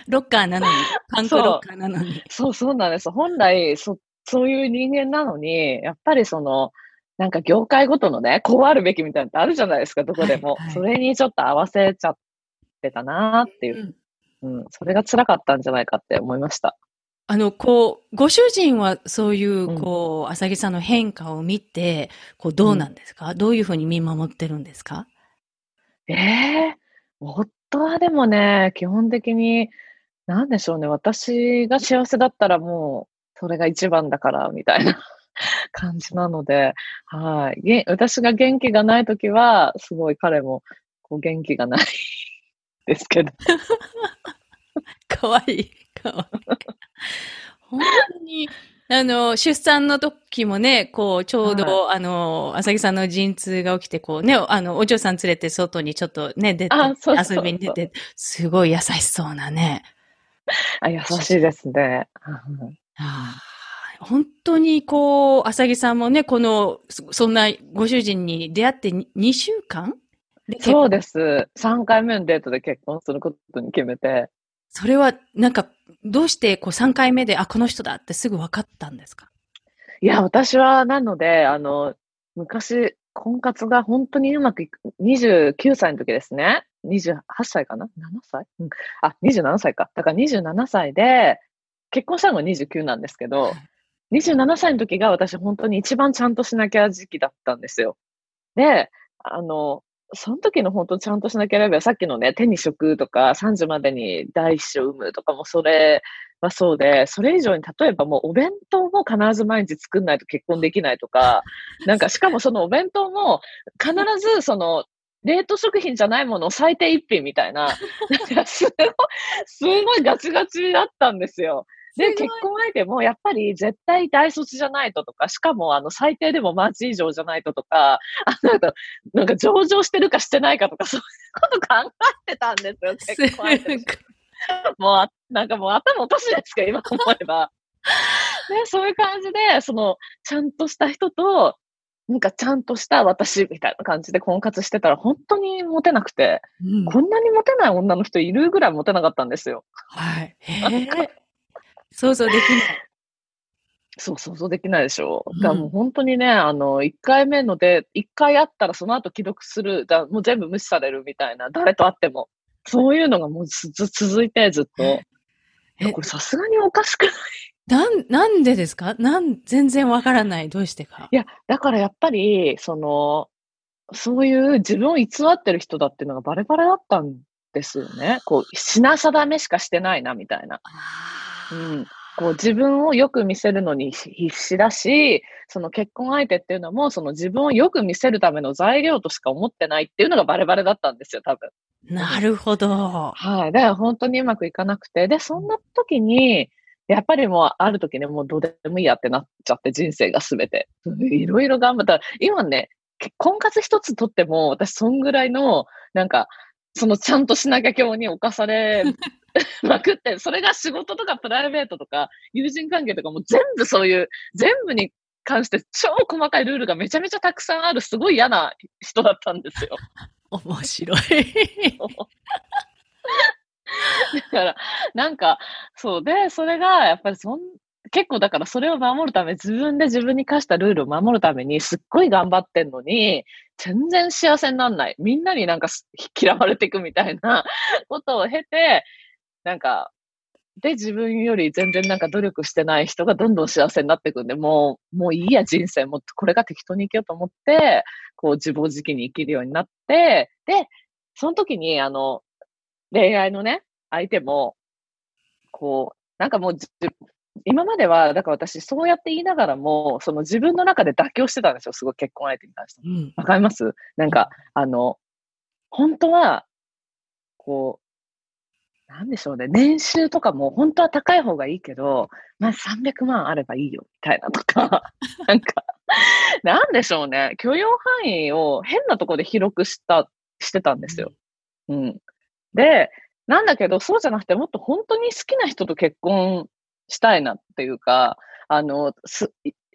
Speaker 1: ロッカーなのに。パンクロッカーなのに。
Speaker 2: そう、そうなんです。本来、そ、そういう人間なのに、やっぱりその、なんか業界ごとのね、こうあるべきみたいなのってあるじゃないですか、どこでも。
Speaker 1: はいはい、
Speaker 2: それにちょっと合わせちゃってたなっていう、うん。うん。それが辛かったんじゃないかって思いました。
Speaker 1: あの、こう、ご主人はそういう、
Speaker 2: うん、
Speaker 1: こう、浅木さんの変化を見て、こう、どうなんですか、うん、どういうふうに見守ってるんですか？
Speaker 2: ええー、夫はでもね、基本的に、なんでしょうね、私が幸せだったらもう、それが一番だから、みたいな感じなので、はい。げ私が元気がないときは、すごい彼も、こう、元気がないですけど。
Speaker 1: かわいい。かわいい。本当に、あの、出産の時もね、こう、ちょうど、はい、あの、浅木さんの陣痛が起きて、こうね、あの、お嬢さん連れて外にちょっとね、出て、
Speaker 2: あ、そうそうそう、
Speaker 1: 遊びに出て、すごい優しそうなね。
Speaker 2: あ、優しいですね。
Speaker 1: あ、本当にこう、浅木さんもね、この、そんなご主人に出会ってにしゅうかんで
Speaker 2: そうです。さんかいめのデートで結婚することに決めて。
Speaker 1: それは、なんか、どうしてこうさんかいめで、あ、この人だってすぐ分かったんですか？
Speaker 2: いや、私はなので、あの、昔、婚活が本当にうまくいく、にじゅうきゅうさいの時ですね。にじゅうはっさいかな ?なな 歳、うん、あ、にじゅうななさいか。だからにじゅうななさいで、結婚したのがにじゅうきゅうなんですけど、はい、にじゅうななさいの時が私本当に一番ちゃんとしなきゃ時期だったんですよ。で、あの、その時の本当ちゃんとしなきゃいけない、さっきのね、手に職とかさんじまでに第一子を産むとかもそれはそうで、それ以上に例えばもうお弁当も必ず毎日作んないと結婚できないとか、なんかしかもそのお弁当も必ずその冷凍食品じゃないものを最低一品みたいな、なんかすごい、すごいガチガチだったんですよ。で、結婚相手もやっぱり絶対大卒じゃないととか、しかもあの最低でもマーチ以上じゃないととか、あなんか、なんか上場してるかしてないかとか、そういうこと考えてたんですよ、結婚相手。もう、なんかもう頭おかしいですか、今思えば。で、そういう感じで、その、ちゃんとした人と、なんかちゃんとした私みたいな感じで婚活してたら本当にモテなくて、うん、こんなにモテない女の人いるぐらいモテなかったんですよ。
Speaker 1: はい。へえ。想像できない。
Speaker 2: そう、想像できないでしょ。だからもう本当にね、あの、いっかいめので、いっかい会ったらその後既読する、だもう全部無視されるみたいな、誰と会っても。そういうのがもうず続いてずっと。いや、これさすがにおかしくない？
Speaker 1: なん、なんでですか？なん、全然わからない。どうしてか。
Speaker 2: いや、だからやっぱり、その、そういう自分を偽ってる人だっていうのがバレバレだったんですよね。こう、品定めしかしてないな、みたいな。うん。こう自分をよく見せるのに必死だし、その結婚相手っていうのも、その自分をよく見せるための材料としか思ってないっていうのがバレバレだったんですよ、多分。
Speaker 1: なるほど。
Speaker 2: はい。だから本当にうまくいかなくて、で、そんな時に、やっぱりもうある時ね、もうどうでもいいやってなっちゃって、人生がすべて。いろいろ頑張ったら、今ね、婚活一つとっても、私そんぐらいの、なんか、そのちゃんとしなきゃ今日に侵されまくって、それが仕事とかプライベートとか、友人関係とかも全部そういう、全部に関して超細かいルールがめちゃめちゃたくさんある、すごい嫌な人だったんですよ。
Speaker 1: 面白い。
Speaker 2: だから、なんか、そうで、それがやっぱりそん、結構だからそれを守るため、自分で自分に課したルールを守るためにすっごい頑張ってんのに、全然幸せになんない。みんなになんか嫌われていくみたいなことを経て、なんか、で、自分より全然なんか努力してない人がどんどん幸せになっていくんで、もう、もういいや人生、もうこれが適当に生きようと思って、こう自暴自棄に生きるようになって、で、その時にあの、恋愛のね、相手も、こう、なんかもうじ、今までは、だから私そうやって言いながらも、その自分の中で妥協してたんですよ、すごい結婚相手に関して。わ、うん、かります？なんか、あの、本当は、こう、なんでしょうね。年収とかも本当は高い方がいいけど、まあさんびゃくまんあればいいよ、みたいなとか、なんか、なんでしょうね。許容範囲を変なところで広くした、してたんですよ。うん。で、なんだけど、そうじゃなくて、もっと本当に好きな人と結婚したいなっていうか、あの、す、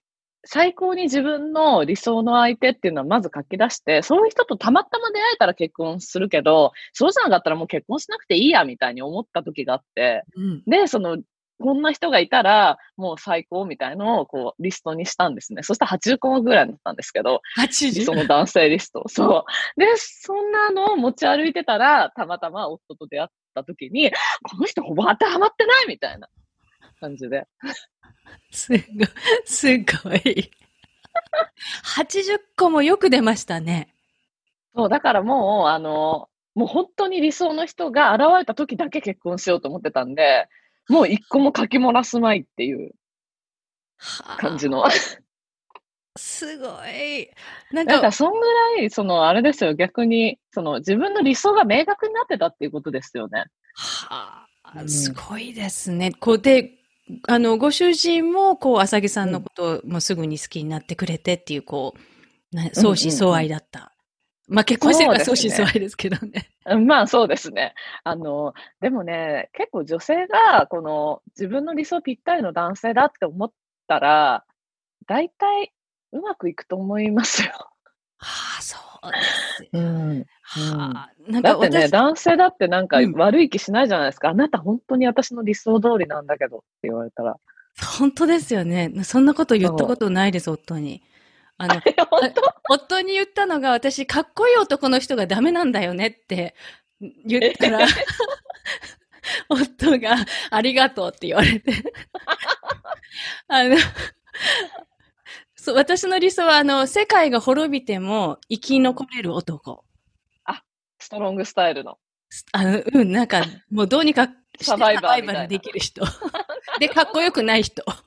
Speaker 2: 最高に自分の理想の相手っていうのはまず書き出して、そういう人とたまたま出会えたら結婚するけど、そうじゃなかったらもう結婚しなくていいやみたいに思った時があって、
Speaker 1: うん。
Speaker 2: で、その、こんな人がいたら、もう最高みたいのをこうリストにしたんですね。そしたらはちじゅっこぐらいだったんですけど、理
Speaker 1: はちじゅう?
Speaker 2: 想の男性リスト。そう。で、そんなのを持ち歩いてたら、たまたま夫と出会った時に、この人ほぼ当てはまってないみたいな感じで。
Speaker 1: すごい、すごい。はちじゅっこもよく出ましたね。
Speaker 2: そう、だからもう、あの、もう本当に理想の人が現れた時だけ結婚しようと思ってたんで、もう一個も書き漏らすまいっていう感じの。
Speaker 1: はあ、すごい。なんか、
Speaker 2: だからそんぐらい、その、あれですよ、逆に、その、自分の理想が明確になってたっていうことですよね。
Speaker 1: はあ、す
Speaker 2: うん。
Speaker 1: ごいですね。こうで、あの、ご主人も、こう、浅木さんの
Speaker 2: うん。
Speaker 1: ことをもうすぐに好きになってくれてっていう、こう、な
Speaker 2: うん
Speaker 1: 相思相
Speaker 2: うんうん。
Speaker 1: 愛だった。まあ、結婚してる
Speaker 2: そう
Speaker 1: から相思相
Speaker 2: ですね。
Speaker 1: 愛ですけどね。
Speaker 2: うん、まあ、そうですね。あの、でもね、結構女性が、この、自分の理想ぴったりの男性だって思ったら、大体うまくいくと思いますよ。
Speaker 1: はあ、そうです。
Speaker 2: うん。うん。
Speaker 1: はあ、なん
Speaker 2: だってね、
Speaker 1: か私、
Speaker 2: 男性だってなんか
Speaker 1: うん、
Speaker 2: 悪い気しないじゃないですか。あなた本当に私の理想通りなんだけどって言われたら。
Speaker 1: 本当ですよね。そんなこと言ったこ
Speaker 2: そう。
Speaker 1: とないです、夫に。あの、
Speaker 2: 本
Speaker 1: あ夫に言ったのが、私、かっこいい男の人がダメなんだよねって言っ
Speaker 2: 当？
Speaker 1: たら、
Speaker 2: え
Speaker 1: 夫がありがとうって言われて。あの、そう、私の理想は、あの、世界が滅びても生き
Speaker 2: うん。
Speaker 1: 残れる男。
Speaker 2: あ、ストロングスタイルの
Speaker 1: あの、うん、なんか、もうどうにかして
Speaker 2: サバイ
Speaker 1: サバイバル
Speaker 2: バーみたいな。
Speaker 1: できる人。で、かっこよくない人。か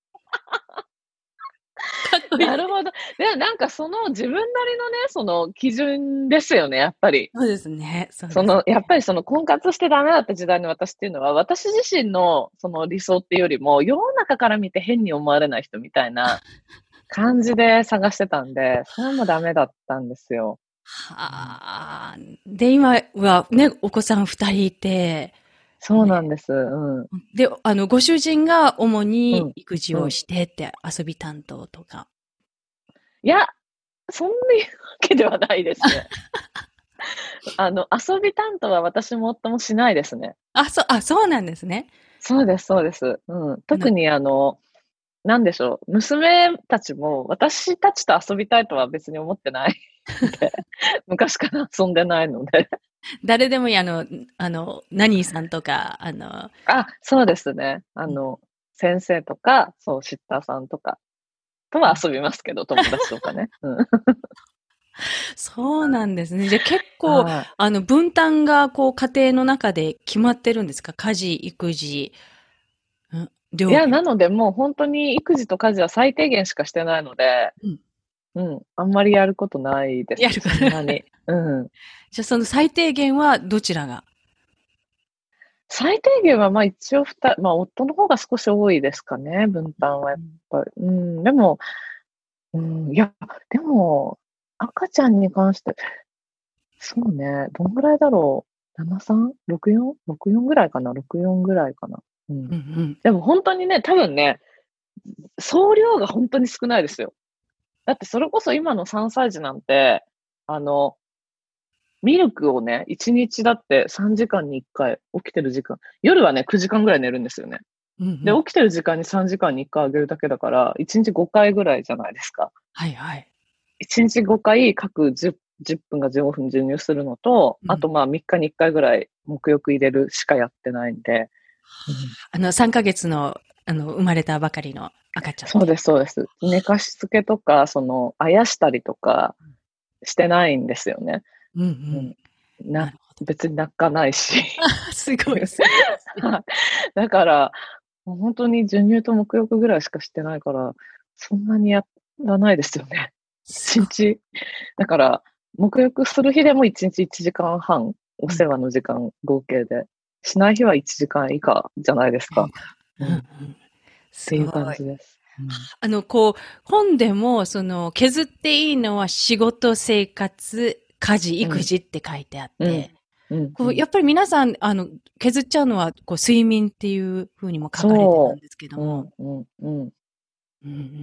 Speaker 1: っこいい。
Speaker 2: なるほど。で、なんかその自分なりのね、その基準ですよね、やっぱり。
Speaker 1: そうですね。そうです
Speaker 2: その、やっ
Speaker 1: ね。
Speaker 2: ぱりその婚活してダメだった時代の私っていうのは、私自身のその理想っていうよりも、世の中から見て変に思われない人みたいな感じで探してたんで、それはもうダメだったんですよ。うん、
Speaker 1: はあ。で、今はね、お子さん二人いて、
Speaker 2: そうなん
Speaker 1: ね。
Speaker 2: です。うん。
Speaker 1: で、あの、ご主人が主に
Speaker 2: うん。
Speaker 1: 育児
Speaker 2: うん。
Speaker 1: をしてって遊び担当とか。
Speaker 2: いや、そんなわけではないですね。あの、遊び担当は私も夫もしないですね。
Speaker 1: あ、そう、あ、そうなんですね。
Speaker 2: そうですそうです。うん。
Speaker 1: あの、
Speaker 2: 特にあの、なんでしょう、娘たちも私たちと遊びたいとは別に思ってないんで、昔から遊んでないので。
Speaker 1: 誰でもいい、あの、あの、ナニーさんとか、あの、
Speaker 2: あ、そうですね。あ
Speaker 1: うん、
Speaker 2: の、先生とか、そう、シッターさんとかとは遊びますけど、友達とかね。うん。
Speaker 1: そうなんですね。じゃあ結構、
Speaker 2: はい。
Speaker 1: あの、分担が、こう、家庭の中で決まってるんですか？家事、育児、うん、
Speaker 2: いや、
Speaker 1: 料理。
Speaker 2: なのでもう本当に育児と家事は最低限しかしてないので、
Speaker 1: うん。
Speaker 2: うん、あんまりやることないですね、
Speaker 1: やるから。
Speaker 2: そんなに。うん。
Speaker 1: じゃあその最低限はどちらが？
Speaker 2: 最低限は、ま、一応ふたま、夫の方が少し多いですかね、分担はやっ
Speaker 1: うん。
Speaker 2: ぱり。うん、でも、うん、いや、でも、赤ちゃんに関して、そうね、どんぐらいだろう。ななさん？ろくよん？ろくよんぐらいかな、ろくよんぐらいかな。うん。
Speaker 1: うんうん。
Speaker 2: でもほんとにね、多分ね、総量がほんとに少ないですよ。だってそれこそ今のさんさい児なんて、あの、ミルクをね、いちにちだってさんじかんにいっかい、起きてる時間夜はね、くじかんぐらい寝るんですよね。で、
Speaker 1: うんうん。
Speaker 2: 起きてる時間にさんじかんにいっかいあげるだけだから、いちにちごかいぐらいじゃないですか。
Speaker 1: はいはい。
Speaker 2: いちにちごかい各じゅう、じゅっぷんがじゅうごふん授乳するのと、
Speaker 1: うん。
Speaker 2: あとまあみっかにいっかいぐらい沐浴入れるしかやってないんで。うん、
Speaker 1: あの、さんかげつの、あの、生まれたばかりの赤ちゃんっていう。
Speaker 2: そうですそうです。寝かしつけとか、その、あやしたりとかしてないんですよね。
Speaker 1: うんう
Speaker 2: うん。
Speaker 1: ん。な
Speaker 2: な
Speaker 1: るほど。
Speaker 2: 別に泣かないし。
Speaker 1: すごい素晴らしい。
Speaker 2: はい。だから、もうほんとに授乳と沐浴ぐらいしかしてないから、そんなにやらないですよね。
Speaker 1: す
Speaker 2: 1
Speaker 1: ごい。
Speaker 2: 日だから、沐浴する日でもいちにちいちじかんはん、お
Speaker 1: うん。
Speaker 2: 世話の時間合計で、しない日はいちじかん以下じゃないですか。うん。っ
Speaker 1: うんうん。すごい。
Speaker 2: ていう感じです。うん。
Speaker 1: あの、こう、本でも、その、削っていいのは仕事、生活、家事、
Speaker 2: うん。
Speaker 1: 育児って書いてあっ
Speaker 2: うん。
Speaker 1: て、
Speaker 2: うん
Speaker 1: こう、
Speaker 2: うん。
Speaker 1: やっぱり皆さん、あの、削っちゃうのは、こう、睡眠っていう風にも書かれてるん
Speaker 2: そ
Speaker 1: ですけど
Speaker 2: う。う
Speaker 1: も。
Speaker 2: んうんうん。
Speaker 1: うんうん。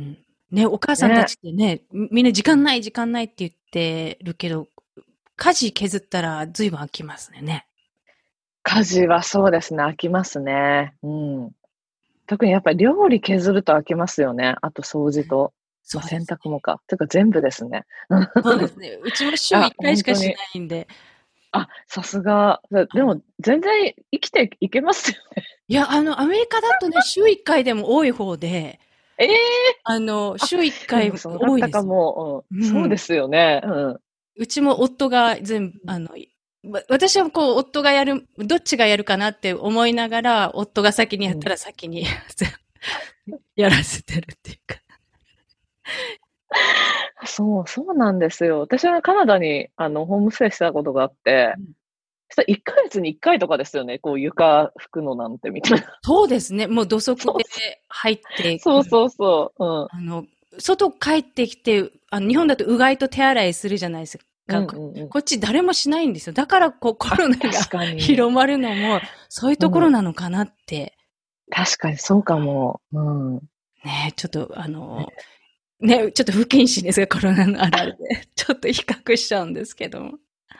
Speaker 1: ね、お母さんたちってね、みんな時間ない時間ないって言ってるけど、家事削ったら随分飽きますね。
Speaker 2: 家事はそうですね、飽きますね。うん。特にやっぱり料理削ると飽きますよね。あと掃除と。まあ、洗
Speaker 1: そうです。
Speaker 2: 濯もか。てか全部ですね。
Speaker 1: そうですね。うちも週
Speaker 2: あ、
Speaker 1: いっかいしかし
Speaker 2: 本当に。
Speaker 1: ないんで。
Speaker 2: あ、さすが。でも、全然生きていけますよね。
Speaker 1: いや、あの、アメリカだとね、週いっかいでも多い方で、
Speaker 2: ええ
Speaker 1: あの、
Speaker 2: あ、
Speaker 1: 週いっかい
Speaker 2: でもそうだったか
Speaker 1: 多いですよ。
Speaker 2: も。うん、
Speaker 1: うん。
Speaker 2: そうですよね。うん。
Speaker 1: うちも夫が全部、あの、わ私はこう、夫がやる、どっちがやるかなって思いながら、夫が先にやったら先にやらせてるっていうか。
Speaker 2: そう、そうなんですよ。私はカナダに、あの、ホームステイしたことがあって、
Speaker 1: うん
Speaker 2: そしたらいっかげつにいっかいとかですよね、こう床拭くのなんてみたいな。
Speaker 1: そうですね。もう土足で
Speaker 2: そうそ
Speaker 1: 入ってく
Speaker 2: う、
Speaker 1: る。
Speaker 2: そうそう、うん。
Speaker 1: あの、外帰ってきて、あの、日本だとうがいと手洗いするじゃないですか。
Speaker 2: うん
Speaker 1: こ
Speaker 2: うんうん。
Speaker 1: こっち誰もしないんですよ。だからこうコ
Speaker 2: あ、
Speaker 1: ロナが
Speaker 2: 確かに。
Speaker 1: 広まるのも、そういう
Speaker 2: うん。
Speaker 1: ところなのかなって。
Speaker 2: 確かにそうかも。うん。
Speaker 1: ね、ちょっとあの、ね、ちょっと不謹慎ですが、コロナのあるあるで。ちょっと比較しちゃうんですけども。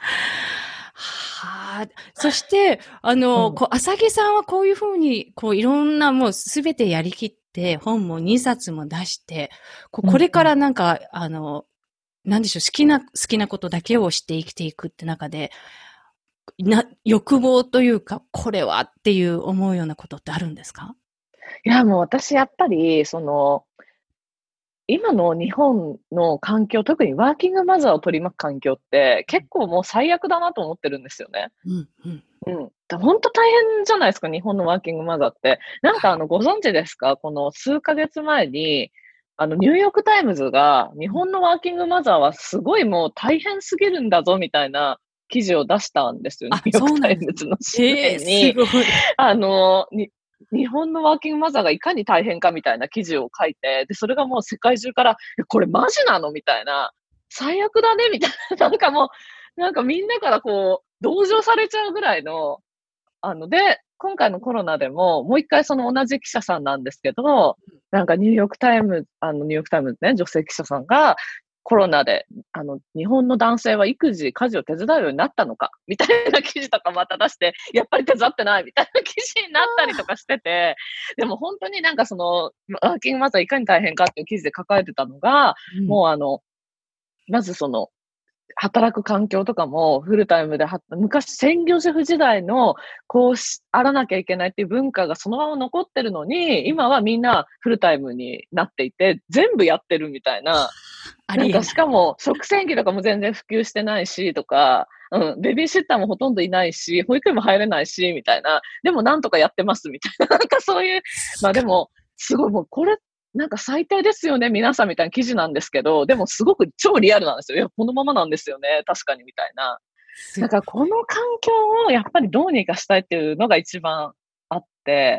Speaker 1: はあ。そして、あの、
Speaker 2: うん。
Speaker 1: こう、浅木さんはこういうふうに、こう、いろんなもうすべてやりきって、本もにさつも出して、こうこれか
Speaker 2: うんうん。
Speaker 1: らなんか、あの、なんでしょう、好きな、好きなことだけをして生きていくって中で、な、欲望というか、これはっていう思うようなことってあるんですか？
Speaker 2: いや、もう私やっぱり、その、今の日本の環境、特にワーキングマザーを取り巻く環境って、結構もう最悪だなと思ってるんですよね。
Speaker 1: うん、うん。
Speaker 2: うん。だほんと大変じゃないですか、日本のワーキングマザーって。なんかあの、ご存知ですか？この数ヶ月前に、あの、ニューヨークタイムズが、日
Speaker 1: うん。
Speaker 2: 本のワーキングマザーはすごいもう大変すぎるんだぞみたいな記事を出したんですよ、ニ
Speaker 1: あ、
Speaker 2: ューヨークタイ
Speaker 1: そうなんです。
Speaker 2: ムズの紙
Speaker 1: ええ、
Speaker 2: 面に。
Speaker 1: すごい。
Speaker 2: あの、に日本のワーキングマザーがいかに大変かみたいな記事を書いて、で、それがもう世界中から、え、これマジなのみたいな、最悪だねみたいな、なんかもう、なんかみんなからこう、同情されちゃうぐらいの、あの、で、今回のコロナでも、もう一回その同じ記者さんなんですけど、なんかニューヨークタイムあの、ニューヨークタイムズね、女性記者さんが、コロナで、あの、日本の男性は育児、家事を手伝うようになったのかみたいな記事とかまた出して、やっぱり手伝ってないみたいな記事になったりとかしてて、でも本当になんかその、ワーキングマザーいかに大変かっていう記事で書かれてたのが、
Speaker 1: うん。
Speaker 2: もうあの、まずその、働く環境とかもフルタイムでは昔専業主婦時代のこうしあらなきゃいけないっていう文化がそのまま残ってるのに、今はみんなフルタイムになっていて、全部やってるみたいな。
Speaker 1: あ
Speaker 2: なんか
Speaker 1: りえない。
Speaker 2: しかも食洗機とかも全然普及してないしとか、うん、ベビーシッターもほとんどいないし、保育園も入れないしみたいな。でもなんとかやってますみたいな。なんかそういう、
Speaker 1: すごい。
Speaker 2: まあでも、すごいもうこれなんか最低ですよね、皆さんみたいな記事なんですけど、でもすごく超リアルなんですよ。いや、このままなんですよね、確かにみたいな。
Speaker 1: す
Speaker 2: だからこの環境をやっぱりどうにかしたいっていうのが一番あって、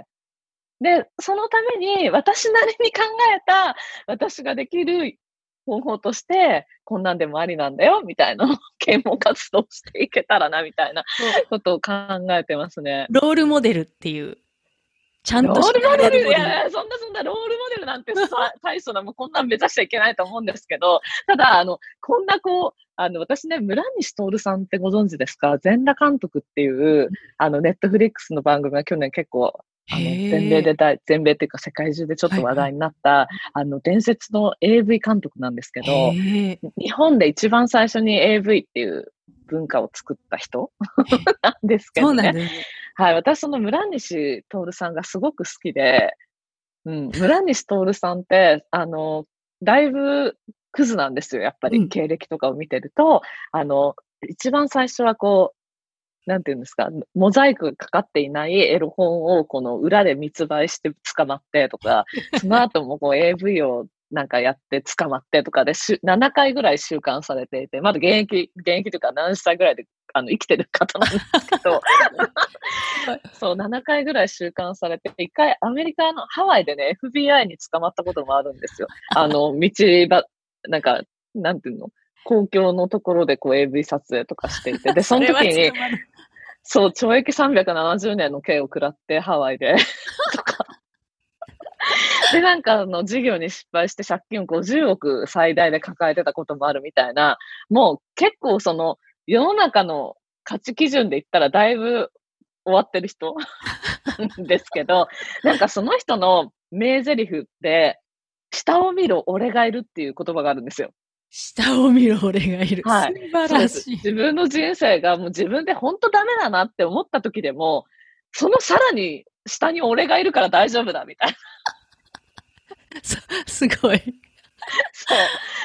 Speaker 2: で、そのために私なりに考えた、私ができる方法として、こんなんでもありなんだよみたいな啓蒙活動していけたらなみたいな
Speaker 1: こう、
Speaker 2: ことを考えてますね。
Speaker 1: ロールモデルっていう、ちゃん
Speaker 2: ロールモ
Speaker 1: としないロール
Speaker 2: デル、い
Speaker 1: モデル。
Speaker 2: やいや、そんなそんなロールモデルなんてさ、大層な、もうこんなん目指しちゃいけないと思うんですけど、ただ、あの、こんなこう、あの、私ね、村西徹さんってご存知ですか？全裸監督っていう、あの、ネットフリックスの番組が去年結構、あの、全
Speaker 1: へえ。
Speaker 2: 米で大、全米っていうか世界中でちょっ
Speaker 1: はいはい。
Speaker 2: と話題になった、あの、伝説の エーブイ 監督なんですけど、
Speaker 1: へえ。
Speaker 2: 日本で一番最初に エーブイ っていう文化を作った人
Speaker 1: へ、
Speaker 2: なんですけ
Speaker 1: そう
Speaker 2: どね。
Speaker 1: なんですね。
Speaker 2: はい、私その村西徹さんがすごく好きで、うん、村西徹さんって、あの、だいぶクズなんですよ、やっぱり。
Speaker 1: うん。
Speaker 2: 経歴とかを見てると、あの、一番最初はこう、なんていうんですか、モザイクがかかっていないエロ本をこの裏で密売して捕まってとか、その後もこう エーブイ をなんかやって捕まってとかで、しゅななかいぐらい収監されていて、まだ現役、現役というか何歳ぐらいであの生きてる方なんですけど、
Speaker 1: すごい。
Speaker 2: そう、ななかいぐらい収監されて、いっかいアメリカのハワイでね、エフビーアイ に捕まったこともあるんですよ。あの、道ば、なんか、なんていうの、公共のところでこう エーブイ 撮影とかしていて、で、そ
Speaker 1: それは
Speaker 2: の時に、
Speaker 1: 捕まる。
Speaker 2: そう、懲役さんびゃくななじゅうねんの刑を食らってハワイでとか、 で、なんかあの、事業に失敗して借金をごじゅうおく最大で抱えてたこともあるみたいな、もう結構その、世の中の価値基準で言ったらだいぶ終わってる人ですけど、なんかその人の名台詞で、下を見ろ、俺がいるっていう言葉があるんですよ。
Speaker 1: 下を見ろ、俺がいる。
Speaker 2: はい。
Speaker 1: 素晴らしい。
Speaker 2: 自分の人生がもう自分で本当ダメだなって思った時でも、そのさらに下に俺がいるから大丈夫だみたいな。
Speaker 1: すごい。
Speaker 2: そう。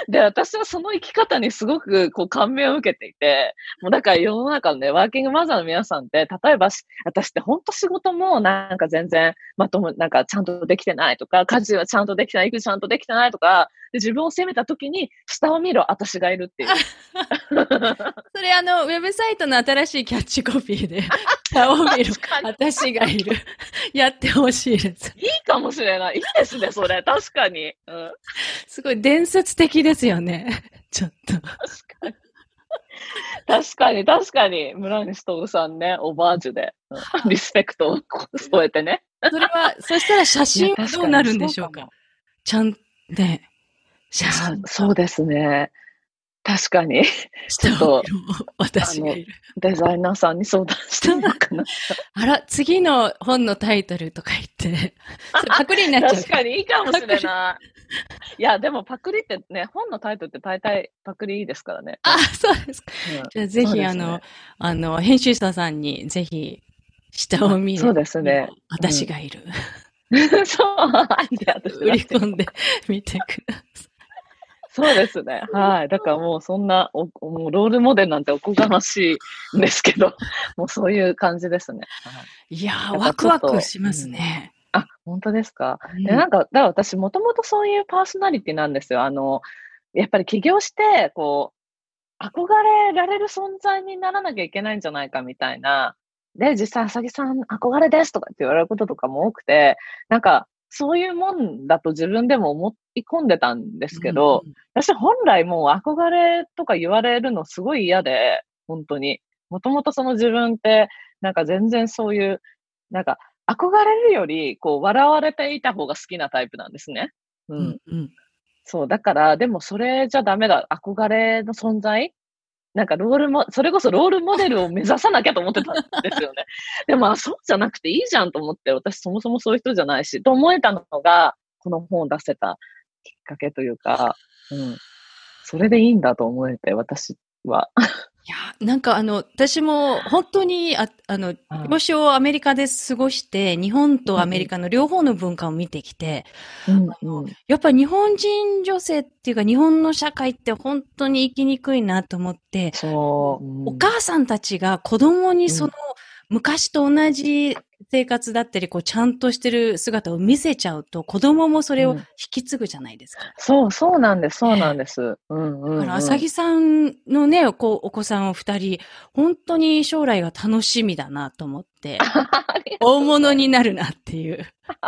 Speaker 2: で、私はその生き方にすごくこう感銘を受けていて、もうだから世の中のね、ワーキングマザーの皆さんって、例えば私って本当仕事もなんか全然まとも、なんかちゃんとできてないとか、家事はちゃんとできてない、育児ちゃんとできてないとか、で自分を責めた時に、下を見ろ、私がいるっていう。
Speaker 1: それあの、ウェブサイトの新しいキャッチコピーで、下を見ろ、私がいる。やってほしいです。
Speaker 2: いいかもしれない。いいですね、それ。確かに。うん、
Speaker 1: すごい伝説的ですよね。ちょっと。
Speaker 2: 確かに。確かに、確かに。村西徹さんね、オマージュで、うん、リスペクトを添えてね。
Speaker 1: それは、そしたら写真はどうなるんでしょうか。ちゃん、ね、
Speaker 2: 写真。そうですね。確かに。ちょっと、
Speaker 1: 私がいる。
Speaker 2: デザイナーさんに相談してみようかな。
Speaker 1: あら、次の本のタイトルとか言って、パクリになっちゃう。
Speaker 2: 確かにいいかもしれない。いや、でもパクリってね、本のタイトルって大体パクリいいですからね。
Speaker 1: あ、そうですか。うん、じゃあぜひ、ね、あの、あの、編集者さんにぜひ、下を見る。
Speaker 2: そうですね。
Speaker 1: 私がいる。
Speaker 2: うん、そう、アイデアとして
Speaker 1: 売り込んでみてください。
Speaker 2: そうですね。はい。だからもうそんな、おもうロールモデルなんておこがましいんですけど、もうそういう感じですね。
Speaker 1: はい、いやー、ワクワクしますね。
Speaker 2: うん、あ、本当ですか。うん、でなんか、だから私もともとそういうパーソナリティなんですよ。あの、やっぱり起業して、こう、憧れられる存在にならなきゃいけないんじゃないかみたいな。で、実際、あさぎさん憧れですとかって言われることとかも多くて、なんか、そういうもんだと自分でも思い込んでたんですけど、うんうん、私本来もう憧れとか言われるのすごい嫌で、本当に。もともとその自分って、なんか全然そういう、なんか憧れるより、こう笑われていた方が好きなタイプなんですね。うん。うんうん、そう、だから、でもそれじゃダメだ。憧れの存在なんかロールも、それこそロールモデルを目指さなきゃと思ってたんですよね。でも、そうじゃなくていいじゃんと思って、私そもそもそういう人じゃないし、と思えたのが、この本を出せたきっかけというか、うん。それでいいんだと思えて、私は。
Speaker 1: いや、なんかあの、私も本当に、ああの、幼少をアメリカで過ごして、日本とアメリカの両方の文化を見てきて、うんうん、やっぱり日本人女性っていうか日本の社会って本当に生きにくいなと思って、
Speaker 2: そう、
Speaker 1: うん、お母さんたちが子供にその、昔と同じ生活だったり、こう、ちゃんとしてる姿を見せちゃうと、子供もそれを引き継ぐじゃないですか。うん、
Speaker 2: そう、そうなんです、そうなんです。うんうんうん、
Speaker 1: だから、あさぎさんのね、こう、お子さんお二人、本当に将来が楽しみだなと思って、大物になるなっていう。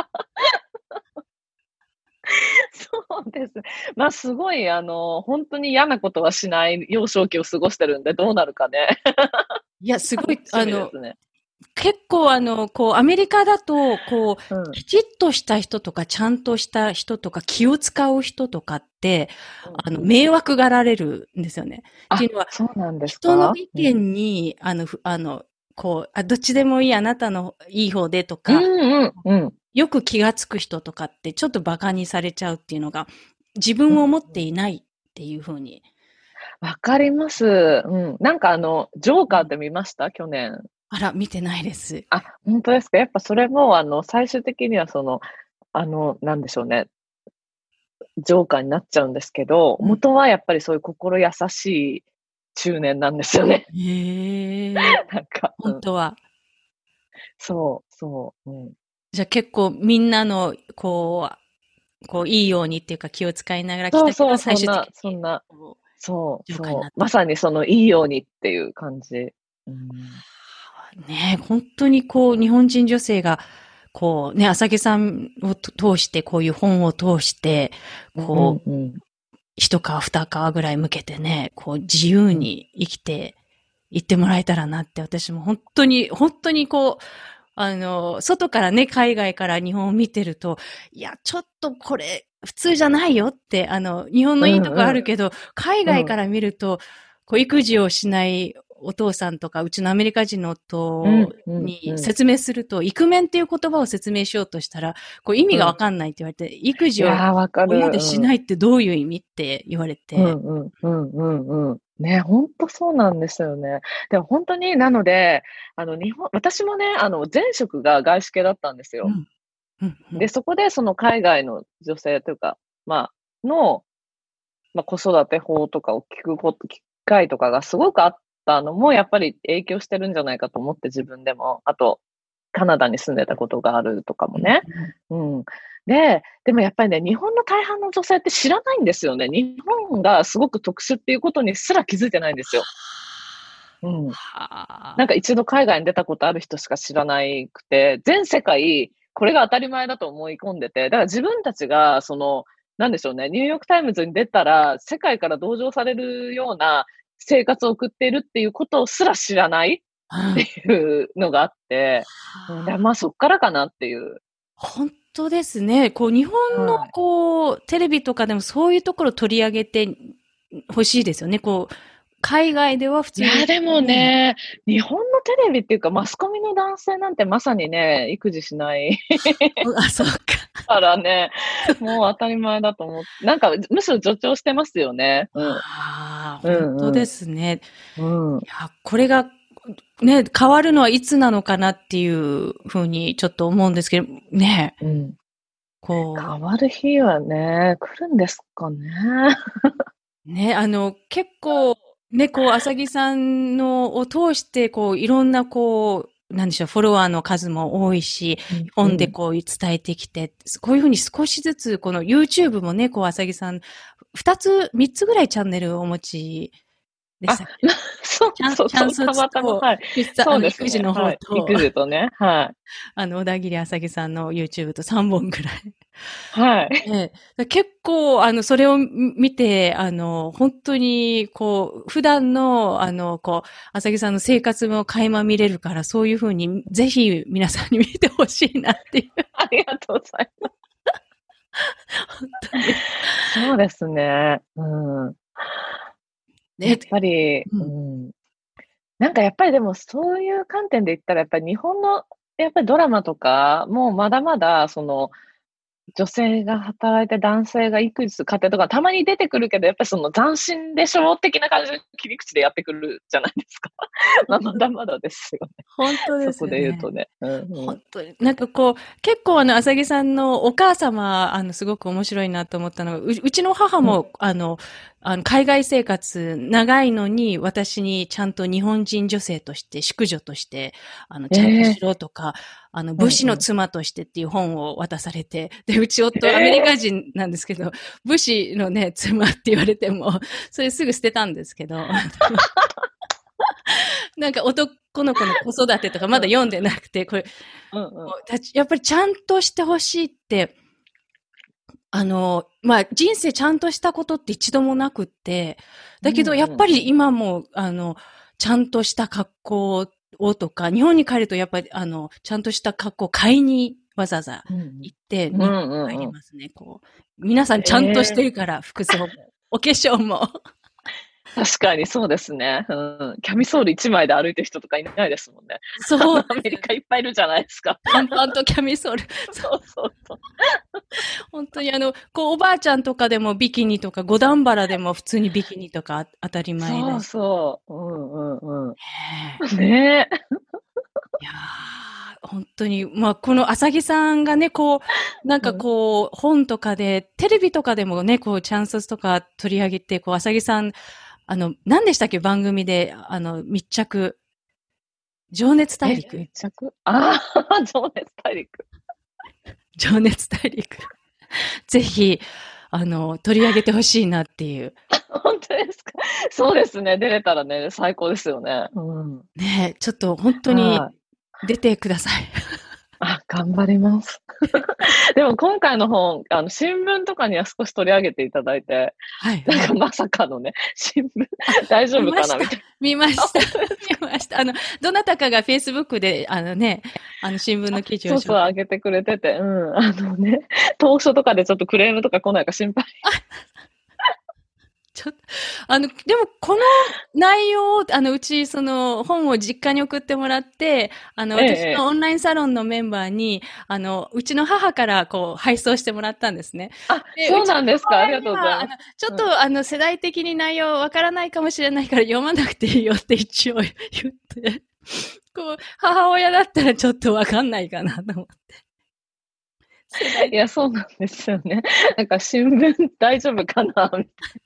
Speaker 2: そうです。まあ、すごい、あの、本当に嫌なことはしない幼少期を過ごしてるんで、どうなるかね。
Speaker 1: いや、すごい、あの、結構あの、こう、アメリカだと、こう、うん、きちっとした人とか、ちゃんとした人とか、気を使う人とかって、うん、あの、迷惑がられるんですよね。っていうのは、
Speaker 2: そうなんですか？
Speaker 1: 人の意見に、うん、あの、あの、こうあ、どっちでもいい、あなたのいい方でとか、
Speaker 2: うんうんうん、
Speaker 1: よく気がつく人とかって、ちょっと馬鹿にされちゃうっていうのが、自分を持っていないっていうふうに。
Speaker 2: わかります。うん。なんかあの、ジョーカーって見ました？去年。
Speaker 1: あら、見てないです。
Speaker 2: あ、本当ですか？やっぱそれも、あの、最終的にはその、あの、なんでしょうね。ジョーカーになっちゃうんですけど、うん、元はやっぱりそういう心優しい中年なんですよね。
Speaker 1: へー。
Speaker 2: なんか。
Speaker 1: 本当は。
Speaker 2: うん、そう、そう。うん、
Speaker 1: じゃあ結構みんなの、こう、こう、いいようにっていうか気を使いながら来たけど、
Speaker 2: そうそう、
Speaker 1: 最終的に。
Speaker 2: そんな、そんな、そう、そう。まさにそのいいようにっていう感じ。うん
Speaker 1: ねえ、本当にこう、日本人女性が、こうね、あさぎさんを通して、こういう本を通して、こう、うんうん、一皮二皮ぐらい向けてね、こう自由に生きていってもらえたらなって、私も本当に、本当にこう、 あの、外からね、海外から日本を見てると、いや、ちょっとこれ、普通じゃないよって、あの、日本のいいとこあるけど、うんうん、海外から見ると、こう、育児をしないお父さんとか、うちのアメリカ人の夫に説明すると、うんうんうん、イクメンっていう言葉を説明しようとしたら、こう意味がわかんないって言われて、うん、育児を親でしないってどういう意味って言われて。
Speaker 2: うんうんうんうんうん。ね、本当そうなんですよね。でも本当に、なので、あの、日本、私もね、あの、前職が外資系だったんですよ。うんうんうん、で、そこでその海外の女性というか、まあ、の、まあ、子育て法とかを聞くこと、機会とかがすごくあったのも、やっぱり影響してるんじゃないかと思って、自分でも。あと、カナダに住んでたことがあるとかもね。うん、うん。で、でもやっぱりね、日本の大半の女性って知らないんですよね。日本がすごく特殊っていうことにすら気づいてないんですよ。うん。なんか一度海外に出たことある人しか知らなくて、全世界、これが当たり前だと思い込んでて、だから自分たちが、その、なんでしょうね、ニューヨークタイムズに出たら、世界から同情されるような生活を送っているっていうことすら知らないっていうのがあって、うん、でまあそっからかなっていう。
Speaker 1: 本当ですね。こう日本のこう、はい、テレビとかでもそういうところを取り上げてほしいですよね。こう海外では普通に。
Speaker 2: いや、でもね、日本のテレビっていうか、マスコミの男性なんてまさにね、育児しない。
Speaker 1: あ、そうか。
Speaker 2: からね、もう当たり前だと思って、なんか、むしろ助長してますよね。うん。
Speaker 1: ああ、本当ですね。
Speaker 2: うん。
Speaker 1: いや、これが、ね、変わるのはいつなのかなっていうふうにちょっと思うんですけど、ね。
Speaker 2: うん。こう。変わる日はね、来るんですかね。
Speaker 1: ね、あの、結構、ね、こう、あさぎさんのを通して、こう、いろんな、こう、なんでしょう、フォロワーの数も多いし、うん、本でこう伝えてきて、こういうふうに少しずつ、この YouTube もね、こう、あさぎさん、二つ、三つぐらいチャンネルをお持ちでしたっけ？
Speaker 2: そうそうそう、たまたま、はい。
Speaker 1: そうですね。育児の方と、はい、
Speaker 2: 育児とね、はい。
Speaker 1: あの、小田切あさぎさんの YouTube とさんぼんぐらい。
Speaker 2: はい。
Speaker 1: ね、結構、あの、それを見て、あの、本当に、こう、普段の、あの、こう、あさぎさんの生活も垣間見れるから、そういうふうに、ぜひ皆さんに見てほしいなっていう。
Speaker 2: ありがとうございます。本当に。そうですね。うん。やっぱり、うん、うん。なんかやっぱりでもそういう観点で言ったら、やっぱり日本の、やっぱりドラマとか、もうまだまだ、その、女性が働いて男性が育児する家庭とかたまに出てくるけど、やっぱりその斬新でしょ的な感じの切り口でやってくるじゃないですか。まあまだまだですよね。
Speaker 1: 本当ですよね。
Speaker 2: そこで言うとね。うんうん、
Speaker 1: 本当に。なんかこう、結構あの、あさぎさんのお母様、あの、すごく面白いなと思ったのが、ううちの母も、うん、あの、あの、海外生活長いのに、私にちゃんと日本人女性として、淑女として、あの、ちゃんとしろとか、えー、あの、武士の妻としてっていう本を渡されて、で、うち夫、アメリカ人なんですけど、えー、武士のね、妻って言われても、それすぐ捨てたんですけど、なんか男の子の子育てとかまだ読んでなくて、これ、うんうん、やっぱりちゃんとしてほしいって、あの、まあ、人生ちゃんとしたことって一度もなくって、だけどやっぱり今も、あの、ちゃんとした格好をとか、日本に帰るとやっぱり、あの、ちゃんとした格好を買いにわざわざ行って、うんうん、帰りますね、こう。皆さんちゃんとしてるから、えー、服装も、お化粧も。
Speaker 2: 確かにそうですね。うん。キャミソール一枚で歩いてる人とかいないですもんね。
Speaker 1: そう。
Speaker 2: アメリカいっぱいいるじゃないですか。
Speaker 1: 短パンとキャミソール。
Speaker 2: そうそうそう。
Speaker 1: 本当にあの、こう、おばあちゃんとかでもビキニとか、五段原でも普通にビキニとか当たり前だし。
Speaker 2: そうそう。うんうんうん。ねえ。
Speaker 1: いやー、本当に、まあ、このあさぎさんがね、こう、なんかこう、うん、本とかで、テレビとかでもね、こう、チャンスとか取り上げて、こう、あさぎさん、あの、何でしたっけ番組で、あの、密着。情熱大陸。
Speaker 2: 密着ああ、情熱大陸。
Speaker 1: 情熱大陸。ぜひ、あの、取り上げてほしいなっていう。
Speaker 2: 本当ですか？そうですね。出れたらね、最高ですよね。うん、
Speaker 1: ねえ、ちょっと本当に出てください。
Speaker 2: あ、頑張ります。 でも今回の本、あの、新聞とかには少し取り上げていただいて、
Speaker 1: はい、
Speaker 2: なんかまさかのね、新聞大丈夫かなみたいな。
Speaker 1: 見ました。見ました。あの、どなたかが Facebook で、あのね、あの、新聞の記事を
Speaker 2: そうそう、上げてくれてて、うん。あのね、当初とかでちょっとクレームとか来ないか心配。
Speaker 1: ちょっと、あの、でも、この内容を、あの、うち、その、本を実家に送ってもらって、あの、
Speaker 2: え
Speaker 1: 私
Speaker 2: え、
Speaker 1: のオンラインサロンのメンバーに、あの、うちの母から、こう、配送してもらったんですね。
Speaker 2: あ、
Speaker 1: で、う
Speaker 2: そう
Speaker 1: ちの
Speaker 2: なんですか。ありがとうござい
Speaker 1: 母親には、あの、
Speaker 2: ます。
Speaker 1: ちょっ
Speaker 2: うん、
Speaker 1: と、あの、世代的に内容わからないかもしれないから読まなくていいよって一応言って、こう、母親だったらちょっとわかんないかなと思って。世代
Speaker 2: いや、そうなんですよね。なんか新聞大丈夫かなみたいな。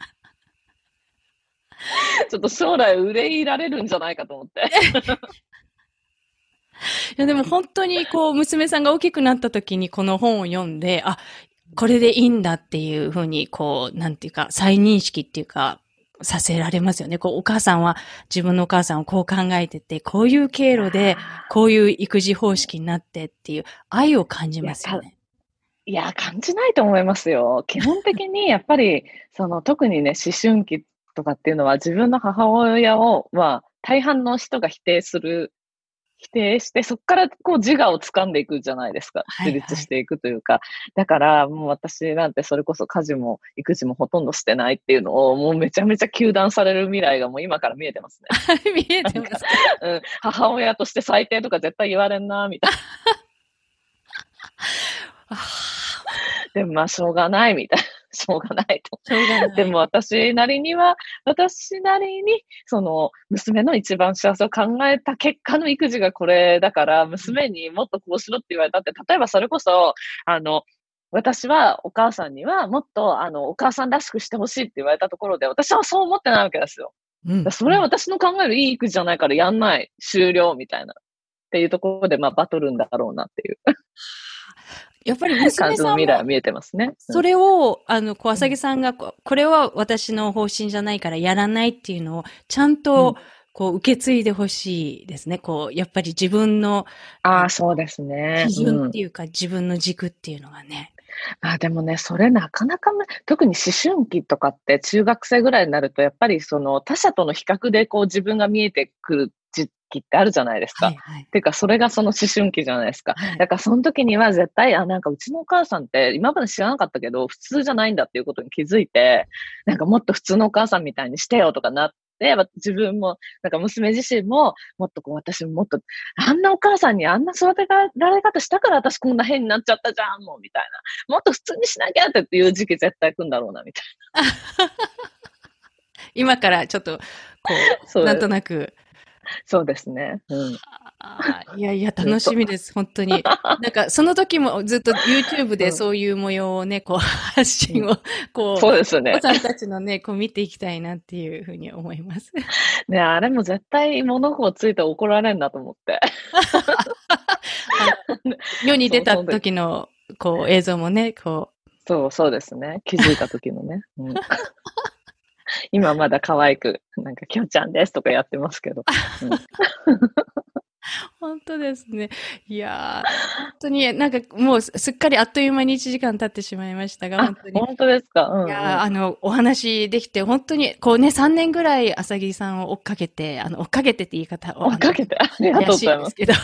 Speaker 2: ちょっと将来憂いられるんじゃないかと思って。
Speaker 1: いや、でも本当にこう、娘さんが大きくなった時にこの本を読んで、あ、これでいいんだっていうふうに、こう、なんていうか、再認識っていうか、させられますよね。こう、お母さんは、自分のお母さんをこう考えてて、こういう経路で、こういう育児方式になってっていう、愛を感じ
Speaker 2: いや、た
Speaker 1: ますよね。
Speaker 2: いや、感じないと思いますよ。基本的にやっぱり、その特にね、思春期とかっていうのは自分の母親を、まあ、大半の人が否定する、否定して、そこからこう自我を掴んでいくじゃないですか。自立
Speaker 1: はいはい。
Speaker 2: していくというか。だからもう私なんてそれこそ家事も育児もほとんどしてないっていうのを、もうめちゃめちゃ糾弾される未来がもう今から見えてますね。
Speaker 1: 見え
Speaker 2: なんか、
Speaker 1: てますか？
Speaker 2: うん、母親として最低とか絶対言われんな、みたいな。
Speaker 1: ああ、
Speaker 2: でもまあ、しょうがないみたいな。しょうがないと。
Speaker 1: しょうが
Speaker 2: でも
Speaker 1: ない。
Speaker 2: 私なりには、私なりに、その、娘の一番幸せを考えた結果の育児がこれだから、娘にもっとこうしろって言われたって、例えばそれこそ、あの、私はお母さんにはもっと、あの、お母さんらしくしてほしいって言われたところで、私はそう思ってないわけですよ。
Speaker 1: うん、
Speaker 2: それは
Speaker 1: うん。
Speaker 2: 私の考えるいい育児じゃないからやんない。終了みたいな。っていうところで、まあ、バトルんだろうなっていう
Speaker 1: やっぱり
Speaker 2: 感
Speaker 1: 娘さんも、
Speaker 2: じの未来は見えてますね。う
Speaker 1: そ
Speaker 2: ん。
Speaker 1: れを、あの、こう、あ
Speaker 2: うん。
Speaker 1: さぎさんがこう、これは私の方針じゃないからやらないっていうのを、ちゃんと、
Speaker 2: うん。
Speaker 1: こう、受け継いでほしいですね。こう、やっぱり自分の、あ
Speaker 2: ああ、
Speaker 1: の、
Speaker 2: そうですね。
Speaker 1: 基準っ
Speaker 2: うん。
Speaker 1: ていうか、自分の軸っていうのがね。
Speaker 2: あ、でもね、それなかなかね、特に思春期とかって中学生ぐらいになると、やっぱりその他者との比較でこう自分が見えてくる時期ってあるじゃないですか。
Speaker 1: はいはい。
Speaker 2: てか、それがその思春期じゃないですか。
Speaker 1: はい。
Speaker 2: だからその時には絶対、あ、なんかうちのお母さんって今まで知らなかったけど、普通じゃないんだっていうことに気づいて、なんかもっと普通のお母さんみたいにしてよとかなって、自分も、なんか娘自身も、もっとこう私ももっと、あんなお母さんにあんな育てられ方したから私こんな変になっちゃったじゃん、もう、みたいな。もっと普通にしなきゃっていう時期絶対来るんだろうな、みたい
Speaker 1: 今からちょっと、こ
Speaker 2: な。
Speaker 1: う、なん
Speaker 2: そう、
Speaker 1: となく、
Speaker 2: そうですね。うん。
Speaker 1: ああ、いやいや、楽
Speaker 2: うんと。
Speaker 1: しみです、本当に。なんか、その時もずっと YouTube
Speaker 2: うん。
Speaker 1: でそういう模様をね、こう、発
Speaker 2: うん。
Speaker 1: 信を、こう、
Speaker 2: そうですね。
Speaker 1: お子さんたちのね、こう見ていきたいなっていうふうに思います。
Speaker 2: ね、あれも絶対物心ついて怒られんなと思って。
Speaker 1: あの、世に
Speaker 2: そう、
Speaker 1: 出た
Speaker 2: その時。
Speaker 1: 時の、こう、映像もね、こう、
Speaker 2: そう、そうですね。気づいた時のね。うん。今まだ可愛く、なんか、きょちゃんですとかやってますけど。うん。
Speaker 1: 本当ですね。いやー、本当になんかもうすすっかりあっという間にいちじかん経ってしまいましたが、
Speaker 2: あ、
Speaker 1: 本当に。
Speaker 2: 本当ですか。う
Speaker 1: いやー、
Speaker 2: んうん。
Speaker 1: あの、お話できて、本当に、こうね、さんねんぐらい、朝霧さんを追っかけて、あの、追っかけてって言い方を、あの、
Speaker 2: 追っかけて、ありが
Speaker 1: 怪
Speaker 2: とうございます。
Speaker 1: しいですけど、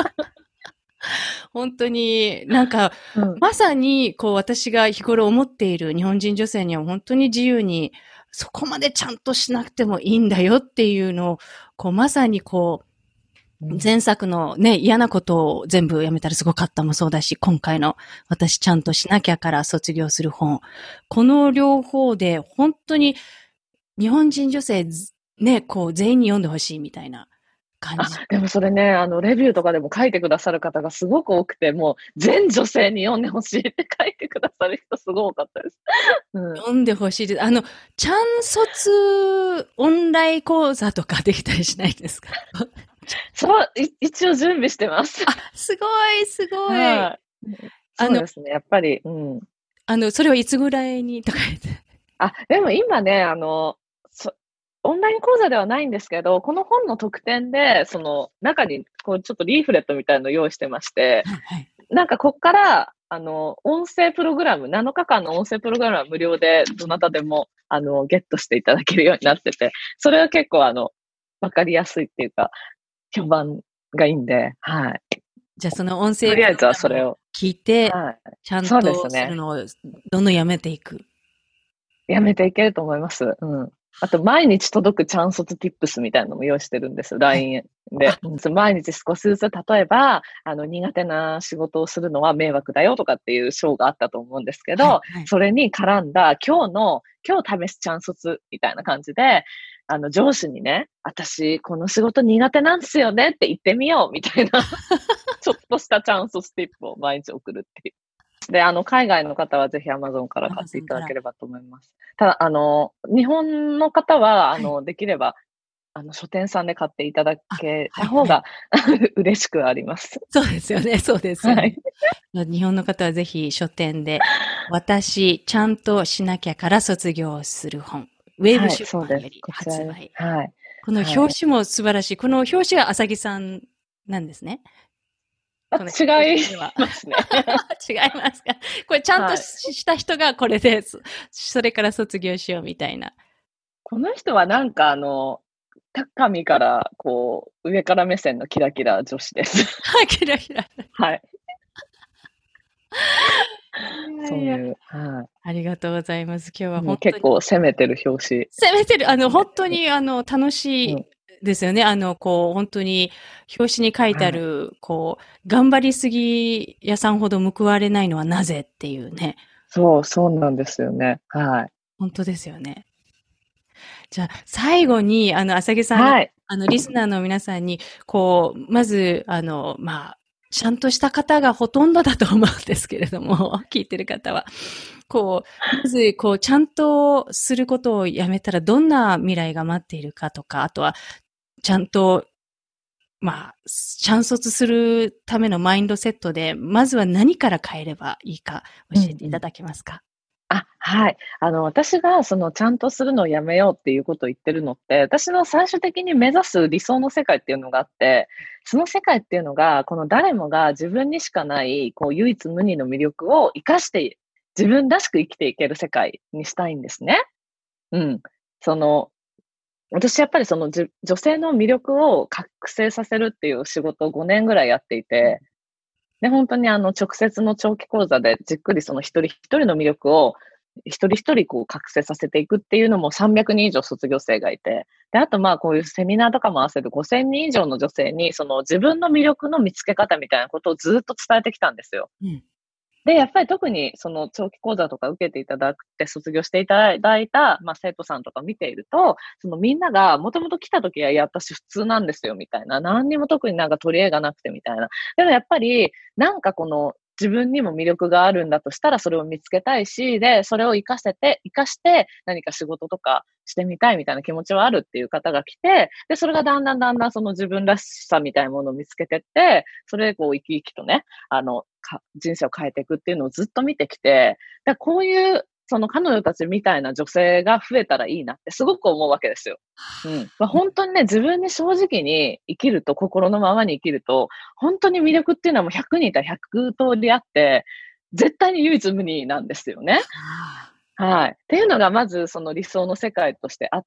Speaker 1: 本当になんか、
Speaker 2: うん。
Speaker 1: まさに、こう、私が日頃思っている日本人女性には本当に自由に、そこまでちゃんとしなくてもいいんだよっていうのを、こう、まさにこう、
Speaker 2: うん。
Speaker 1: 前作のね、嫌なことを全部やめたらすごかったもそうだし、今回の私ちゃんとしなきゃから卒業する本。この両方で本当に日本人女性ね、こう全員に読んでほしいみたいな感
Speaker 2: あ、
Speaker 1: じ。
Speaker 2: でもそれね、あの、レビューとかでも書いてくださる方がすごく多くて、もう全女性に読んでほしいって書いてくださる人すごい多かったです。うん。
Speaker 1: 読んでほしいです。あの、ちゃん卒オンライン講座とかできたりしないですか？
Speaker 2: そう、い一応準備してます。
Speaker 1: あ、すごい、すごい。
Speaker 2: はい。
Speaker 1: あの、
Speaker 2: そうですね、やっぱり、うん。
Speaker 1: あの、それはいつぐらいにとか言って。
Speaker 2: あ、でも今ね、あの、そオンライン講座ではないんですけど、この本の特典で、その中にこうちょっとリーフレットみたいのを用意してまして、
Speaker 1: はい、はい。
Speaker 2: なんかこっからあの、音声プログラム、なのかかんの音声プログラムは無料でどなたでも、あの、ゲットしていただけるようになってて、それは結構あの、わかりやすいっていうか、評判がいいんで、はい。
Speaker 1: じゃあその音声
Speaker 2: とりあえずはそれを。
Speaker 1: 聞いて、
Speaker 2: はい。
Speaker 1: ちゃん
Speaker 2: そうです
Speaker 1: とする
Speaker 2: ね。
Speaker 1: のをどんどんやめていく。
Speaker 2: やめていけると思います。うん。あと、毎日届くチャン卒ティップスみたいなのも用意してるんです。
Speaker 1: はい。
Speaker 2: ライン で。
Speaker 1: あ、
Speaker 2: うん毎日少しずつ、例えば、あの、苦手な仕事をするのは迷惑だよとかっていう章があったと思うんですけ
Speaker 1: はい、
Speaker 2: ど、
Speaker 1: はい。
Speaker 2: それに絡んだ今日の、今日試すチャン卒みたいな感じで、あの、上司にね、私、この仕事苦手なんですよねって言ってみようみたいな、ちょっとしたチャン卒ティップを毎日送るっていう。で、あの、海外の方はぜひ Amazon から
Speaker 1: ア
Speaker 2: 買ってい
Speaker 1: マゾンから。
Speaker 2: ただければと思います。ただ、あの、日本の方は、あの、できれば、あの、書店さんで買っていただ
Speaker 1: あ、
Speaker 2: け
Speaker 1: はい、はい。
Speaker 2: た方が嬉しくあります。
Speaker 1: そうですよね、そうですよ
Speaker 2: はい。
Speaker 1: ね。日本の方はぜひ書店で、私、ちゃんとしなきゃから卒業する本。ウェーブ
Speaker 2: はい、
Speaker 1: 出
Speaker 2: そうです。
Speaker 1: 版より
Speaker 2: こちらです。
Speaker 1: 発売。
Speaker 2: はい。
Speaker 1: この
Speaker 2: はい。
Speaker 1: 表紙も素晴らしい。この表紙が浅木さんなんですね。
Speaker 2: あ、
Speaker 1: この表
Speaker 2: 違い
Speaker 1: 紙では。
Speaker 2: ますね。
Speaker 1: 違いますか？これちゃんと
Speaker 2: はい。
Speaker 1: した人がこれです。それから卒業しようみたいな。
Speaker 2: この人はなんかあの、高みから、こう、上から目線のキラキラ女子です。
Speaker 1: キラキラ。
Speaker 2: はい。
Speaker 1: いやいや、
Speaker 2: そういう、はい。
Speaker 1: ありがとうございます。今日は
Speaker 2: もう
Speaker 1: 本当に
Speaker 2: 結構攻めてる表紙
Speaker 1: 攻めてる。あの、本当
Speaker 2: ですね。
Speaker 1: に、あの、楽しい
Speaker 2: うん。
Speaker 1: ですよね。あの、こう、本当に、表紙に書いてあ
Speaker 2: はい。
Speaker 1: る、こう、頑張りすぎ屋さんほど報われないのはなぜっていうね。
Speaker 2: そう、そうなんですよね。はい。
Speaker 1: 本当ですよね。じゃあ、最後に、あの、浅木さんに、
Speaker 2: はい。
Speaker 1: あの、リスナーの皆さんに、こう、まず、あの、まあ、ちゃんとした方がほとんどだと思うんですけれども、聞いてる方は。こう、まず、こう、ちゃんとすることをやめたらどんな未来が待っているかとか、あとは、ちゃんと、まあ、チャン卒するためのマインドセットで、まずは何から変えればいいか教
Speaker 2: うんうん。
Speaker 1: えていただけますか？
Speaker 2: あ、はい。あの、私がそのちゃんとするのをやめようっていうことを言ってるのって、私の最終的に目指す理想の世界っていうのがあって、その世界っていうのが、この誰もが自分にしかない、こう唯一無二の魅力を生かして、自分らしく生きていける世界にしたいんですね。うん。その、私やっぱりそのじ女性の魅力を覚醒させるっていう仕事をごねんぐらいやっていて、で、本当にあの、直接の長期講座でじっくりその一人一人の魅力を、一人一人こう覚醒させていくっていうのもさんびゃくにん以上卒業生がいて、で、あとまあこういうセミナーとかも合わせるごせんにん以上の女性に、その自分の魅力の見つけ方みたいなことをずっと伝えてきたんですよ。
Speaker 1: うん。
Speaker 2: で、やっぱり特にその長期講座とか受けていただくて卒業していただいた、まあ、生徒さんとか見ていると、そのみんながもともと来た時は、いや、私普通なんですよみたいな、何にも特になんか取り柄がなくてみたいな。でもやっぱり、なんかこの自分にも魅力があるんだとしたらそれを見つけたいし、で、それを活かせて、活かして何か仕事とかしてみたいみたいな気持ちはあるっていう方が来て、で、それがだんだんだんだんその自分らしさみたいなものを見つけてって、それでこう生き生きとね、あの、か人生を変えていくっていうのをずっと見てきて、だこういう、その彼女たちみたいな女性が増えたらいいなってすごく思うわけですよ。うん。まあ、本当にね、自分に正直に生きると、心のままに生きると、本当に魅力っていうのはもうひゃくにんいたらひゃく通りあって、絶対に唯一無二なんですよね。
Speaker 1: あ
Speaker 2: はい。っていうのがまずその理想の世界としてあって、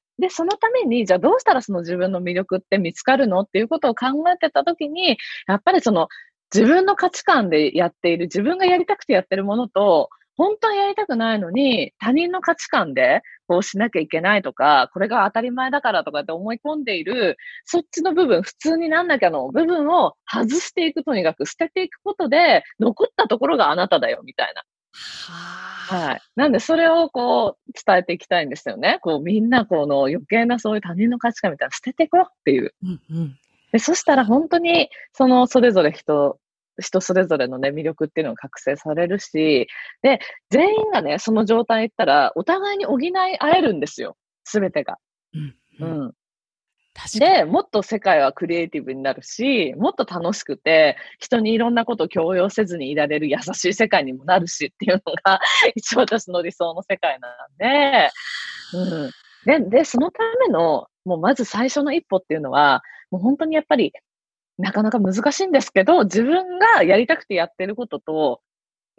Speaker 2: で、そのために、じゃあどうしたらその自分の魅力って見つかるのっていうことを考えてたときに、やっぱりその自分の価値観でやっている、自分がやりたくてやってるものと、本当はやりたくないのに、他人の価値観でこうしなきゃいけないとか、これが当たり前だからとかって思い込んでいる、そっちの部分、普通になんなきゃの部分を外していく、とにかく捨てていくことで、残ったところがあなただよ、みたいな。
Speaker 1: はあ。
Speaker 2: はい。なんでそれをこう伝えていきたいんですよね。こうみんなこの余計なそういう他人の価値観みたいなの捨てていこうっていう。
Speaker 1: うんうん。
Speaker 2: で、そしたら本当にそのそれぞれ人、人それぞれのね、魅力っていうのが覚醒されるし、で、全員がね、その状態に行ったら、お互いに補い合えるんですよ。すべてが。
Speaker 1: うんうん。
Speaker 2: うん。
Speaker 1: 確かに。
Speaker 2: で、もっと世界はクリエイティブになるし、もっと楽しくて、人にいろんなことを強要せずにいられる優しい世界にもなるしっていうのが、一応私の理想の世界なんで、うん。で、で、そのための、もうまず最初の一歩っていうのは、もう本当にやっぱり、なかなか難しいんですけど、自分がやりたくてやってることと、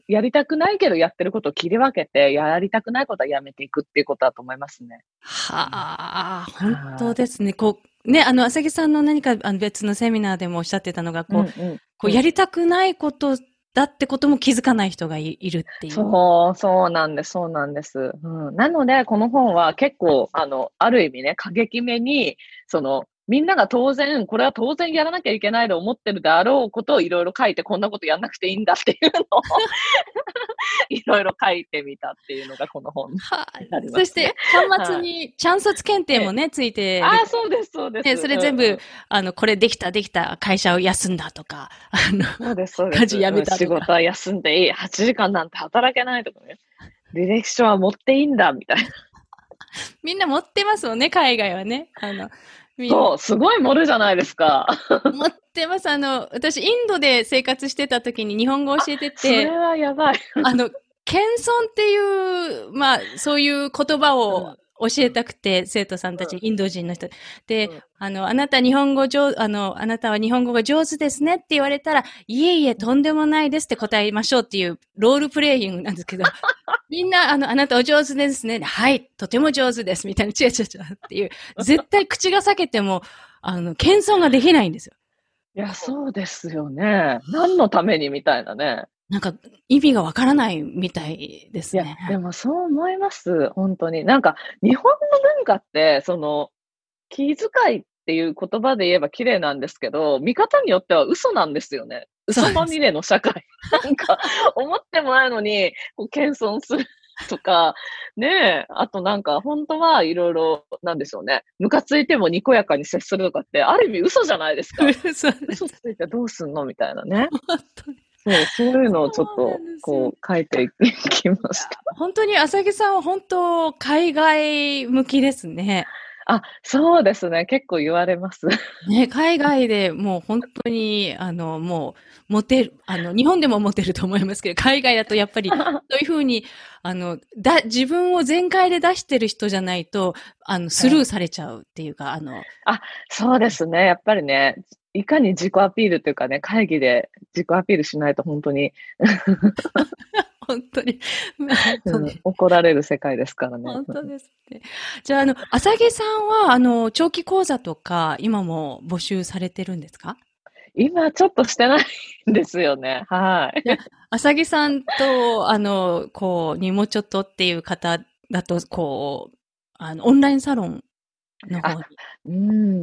Speaker 2: やりたくないけどやってることを切り分けて、やりたくないことはやめていくっていうことだと思いますね。
Speaker 1: はあ、本当ですね。こう、ね、あの、浅木さんの何かあの別のセミナーでもおっしゃってたのが、こう、うんうん、こうやりたくないことだってことも気づかない人が い, いるっていう。
Speaker 2: そう、そうなんです、そうなんです。うん、なので、この本は結構、あの、ある意味ね、過激めに、その、みんなが当然、これは当然やらなきゃいけないと思ってるであろうことをいろいろ書いて、こんなことやんなくていいんだっていうのをいろいろ書いてみたっていうのがこの本になります、ね。
Speaker 1: そして、端末に、チャン卒検定もね、ついてる。
Speaker 2: ああ、そうです、そうです。
Speaker 1: ね、それ全部、うん、あの、これできた、できた、会社を休んだとか、あの、
Speaker 2: そうです、そうです。
Speaker 1: 家事辞めたとか。
Speaker 2: 仕事は休んでいい。はちじかんなんて働けないとかね。履歴書は持っていいんだ、みたいな。
Speaker 1: みんな持ってますもんね、海外はね。あの、
Speaker 2: そう、すごい盛るじゃないですか。
Speaker 1: 持ってます。あの、私、インドで生活してた時に日本語を教えてて。そ
Speaker 2: れはやばい。
Speaker 1: あの、謙遜っていう、まあ、そういう言葉を教えたくて、うん、生徒さんたち、インド人の人。で、うん、あの、あなた日本語上、あの、あなたは日本語が上手ですねって言われたら、いえいえ、とんでもないですって答えましょうっていうロールプレイングなんですけど、みんな、あの、あなたお上手ですね。はい、とても上手です。みたいな、違う違う違うっていう、絶対口が裂けても、あの、謙遜ができないんですよ。
Speaker 2: いや、そうですよね。何のためにみたいなね。
Speaker 1: なんか、意味がわからないみたいですね。
Speaker 2: いや、でもそう思います。本当に。なんか、日本の文化って、その、気遣いっていう言葉で言えば綺麗なんですけど、見方によっては嘘なんですよね。嘘まみれの社会。なんか、思ってもないのに、謙遜するとか、ねえ、あとなんか、本当はいろいろ、なんでしょうね。ムカついてもにこやかに接するとかって、ある意味嘘じゃないですか。嘘嘘ついてどうすんのみたいなね。本当に。そう、そういうのをちょっと、こう、書いていきました。
Speaker 1: 本当に、浅木さんは本当、海外向きですね。
Speaker 2: あ、そうですね。結構言われます。
Speaker 1: ね、海外でもう本当に、あの、もう、モテる、あの、日本でもモテると思いますけど、海外だとやっぱり、そういうふうに、あの、だ、自分を全開で出してる人じゃないと、あの、スルーされちゃうっていうか、あの。
Speaker 2: あ、そうですね。やっぱりね、いかに自己アピールというかね、会議で自己アピールしないと本当に。
Speaker 1: 本当に、
Speaker 2: うん。怒られる世界ですからね。
Speaker 1: 本当ですね。じゃあ、あの、浅木さんは、あの、長期講座とか、今も募集されてるんですか？
Speaker 2: 今、ちょっとしてないんですよね。はい。
Speaker 1: 浅木さんと、あの、こう、にもうちょっとっていう方だと、こう、あの、オンラインサロンの方に。
Speaker 2: うん。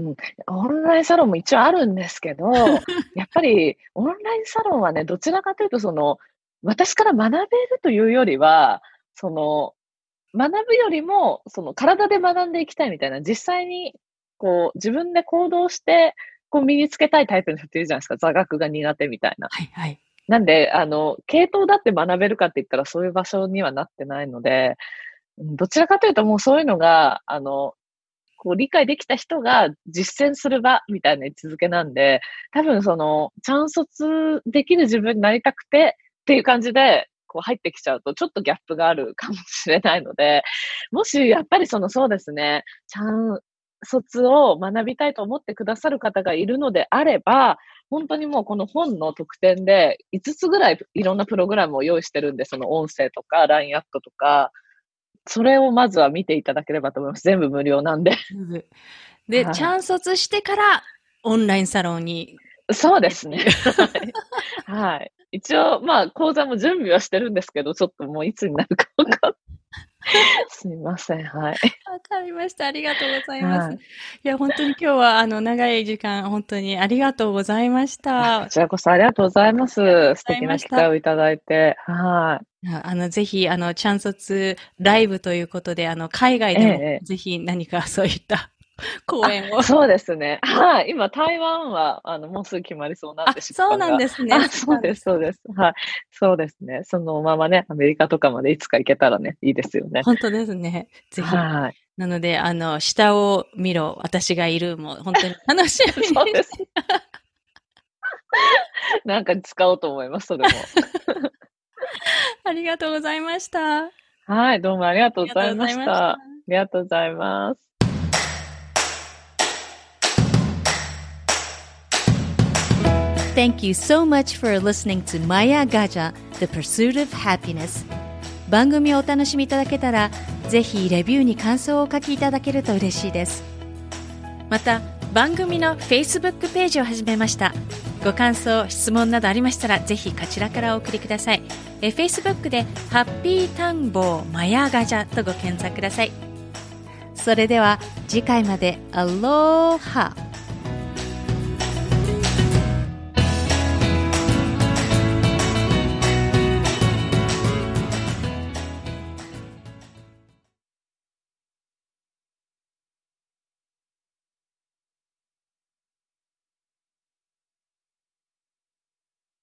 Speaker 2: オンラインサロンも一応あるんですけど、やっぱり、オンラインサロンはね、どちらかというと、その、私から学べるというよりは、その、学ぶよりも、その、体で学んでいきたいみたいな、実際に、こう、自分で行動して、こう、身につけたいタイプの人っているじゃないですか。座学が苦手みたいな。
Speaker 1: はいはい。
Speaker 2: なんで、あの、系統だって学べるかって言ったら、そういう場所にはなってないので、どちらかというと、もうそういうのが、あの、こう、理解できた人が実践する場みたいな位置づけなんで、多分その、チャン卒できる自分になりたくてっていう感じで、こう入ってきちゃうと、ちょっとギャップがあるかもしれないので、もしやっぱりその、そうですね、チャン卒を学びたいと思ってくださる方がいるのであれば、本当にもうこの本の特典でいつつぐらいいろんなプログラムを用意してるんで、その音声とか ライン アットとか、それをまずは見ていただければと思います。全部無料なんで。
Speaker 1: で、はい、チャン卒してからオンラインサロンに。
Speaker 2: そうですね。はい。一応、まあ、講座も準備はしてるんですけど、ちょっともういつになるかわかんない。すみません。はい。
Speaker 1: わかりました。ありがとうございます。はい、いや、本当に今日は、あの、長い時間、本当にありがとうございました。
Speaker 2: こちらこそありがとうございます。素敵な機会をいただいて。はい。
Speaker 1: あの、ぜひ、あの、チャン卒ライブということで、あの、海外でも、ええ、ぜひ何かそういった講演を。
Speaker 2: そうですね。はい。今、台湾は、あの、もうすぐ決まりそうなんで、
Speaker 1: 出版が。そうなんですね。
Speaker 2: あ、そうです、そうです。はい。そうですね。そのままね、アメリカとかまでいつか行けたらね、いいですよね。
Speaker 1: 本当ですね。ぜひ。はい。なので、あの、下を見ろ、私がいるも、本当に楽しみに。
Speaker 2: そうです。なんか使おうと思います、それも。
Speaker 1: ありがとうございました。
Speaker 2: はい、どうもありがとうございました。ありがとうございます。
Speaker 1: Thank you so much for listening to Maya Gaja, The Pursuit of Happiness. 番組をお楽しみいただけたら、ぜひレビューに感想をお書きいただけると嬉しいです。また、番組の Facebook ページを始めました。ご感想、質問などありましたら、ぜひこちらからお送りください。え Facebook でハッピータンボーマヤガジャとご検索ください。それでは次回までアローハ。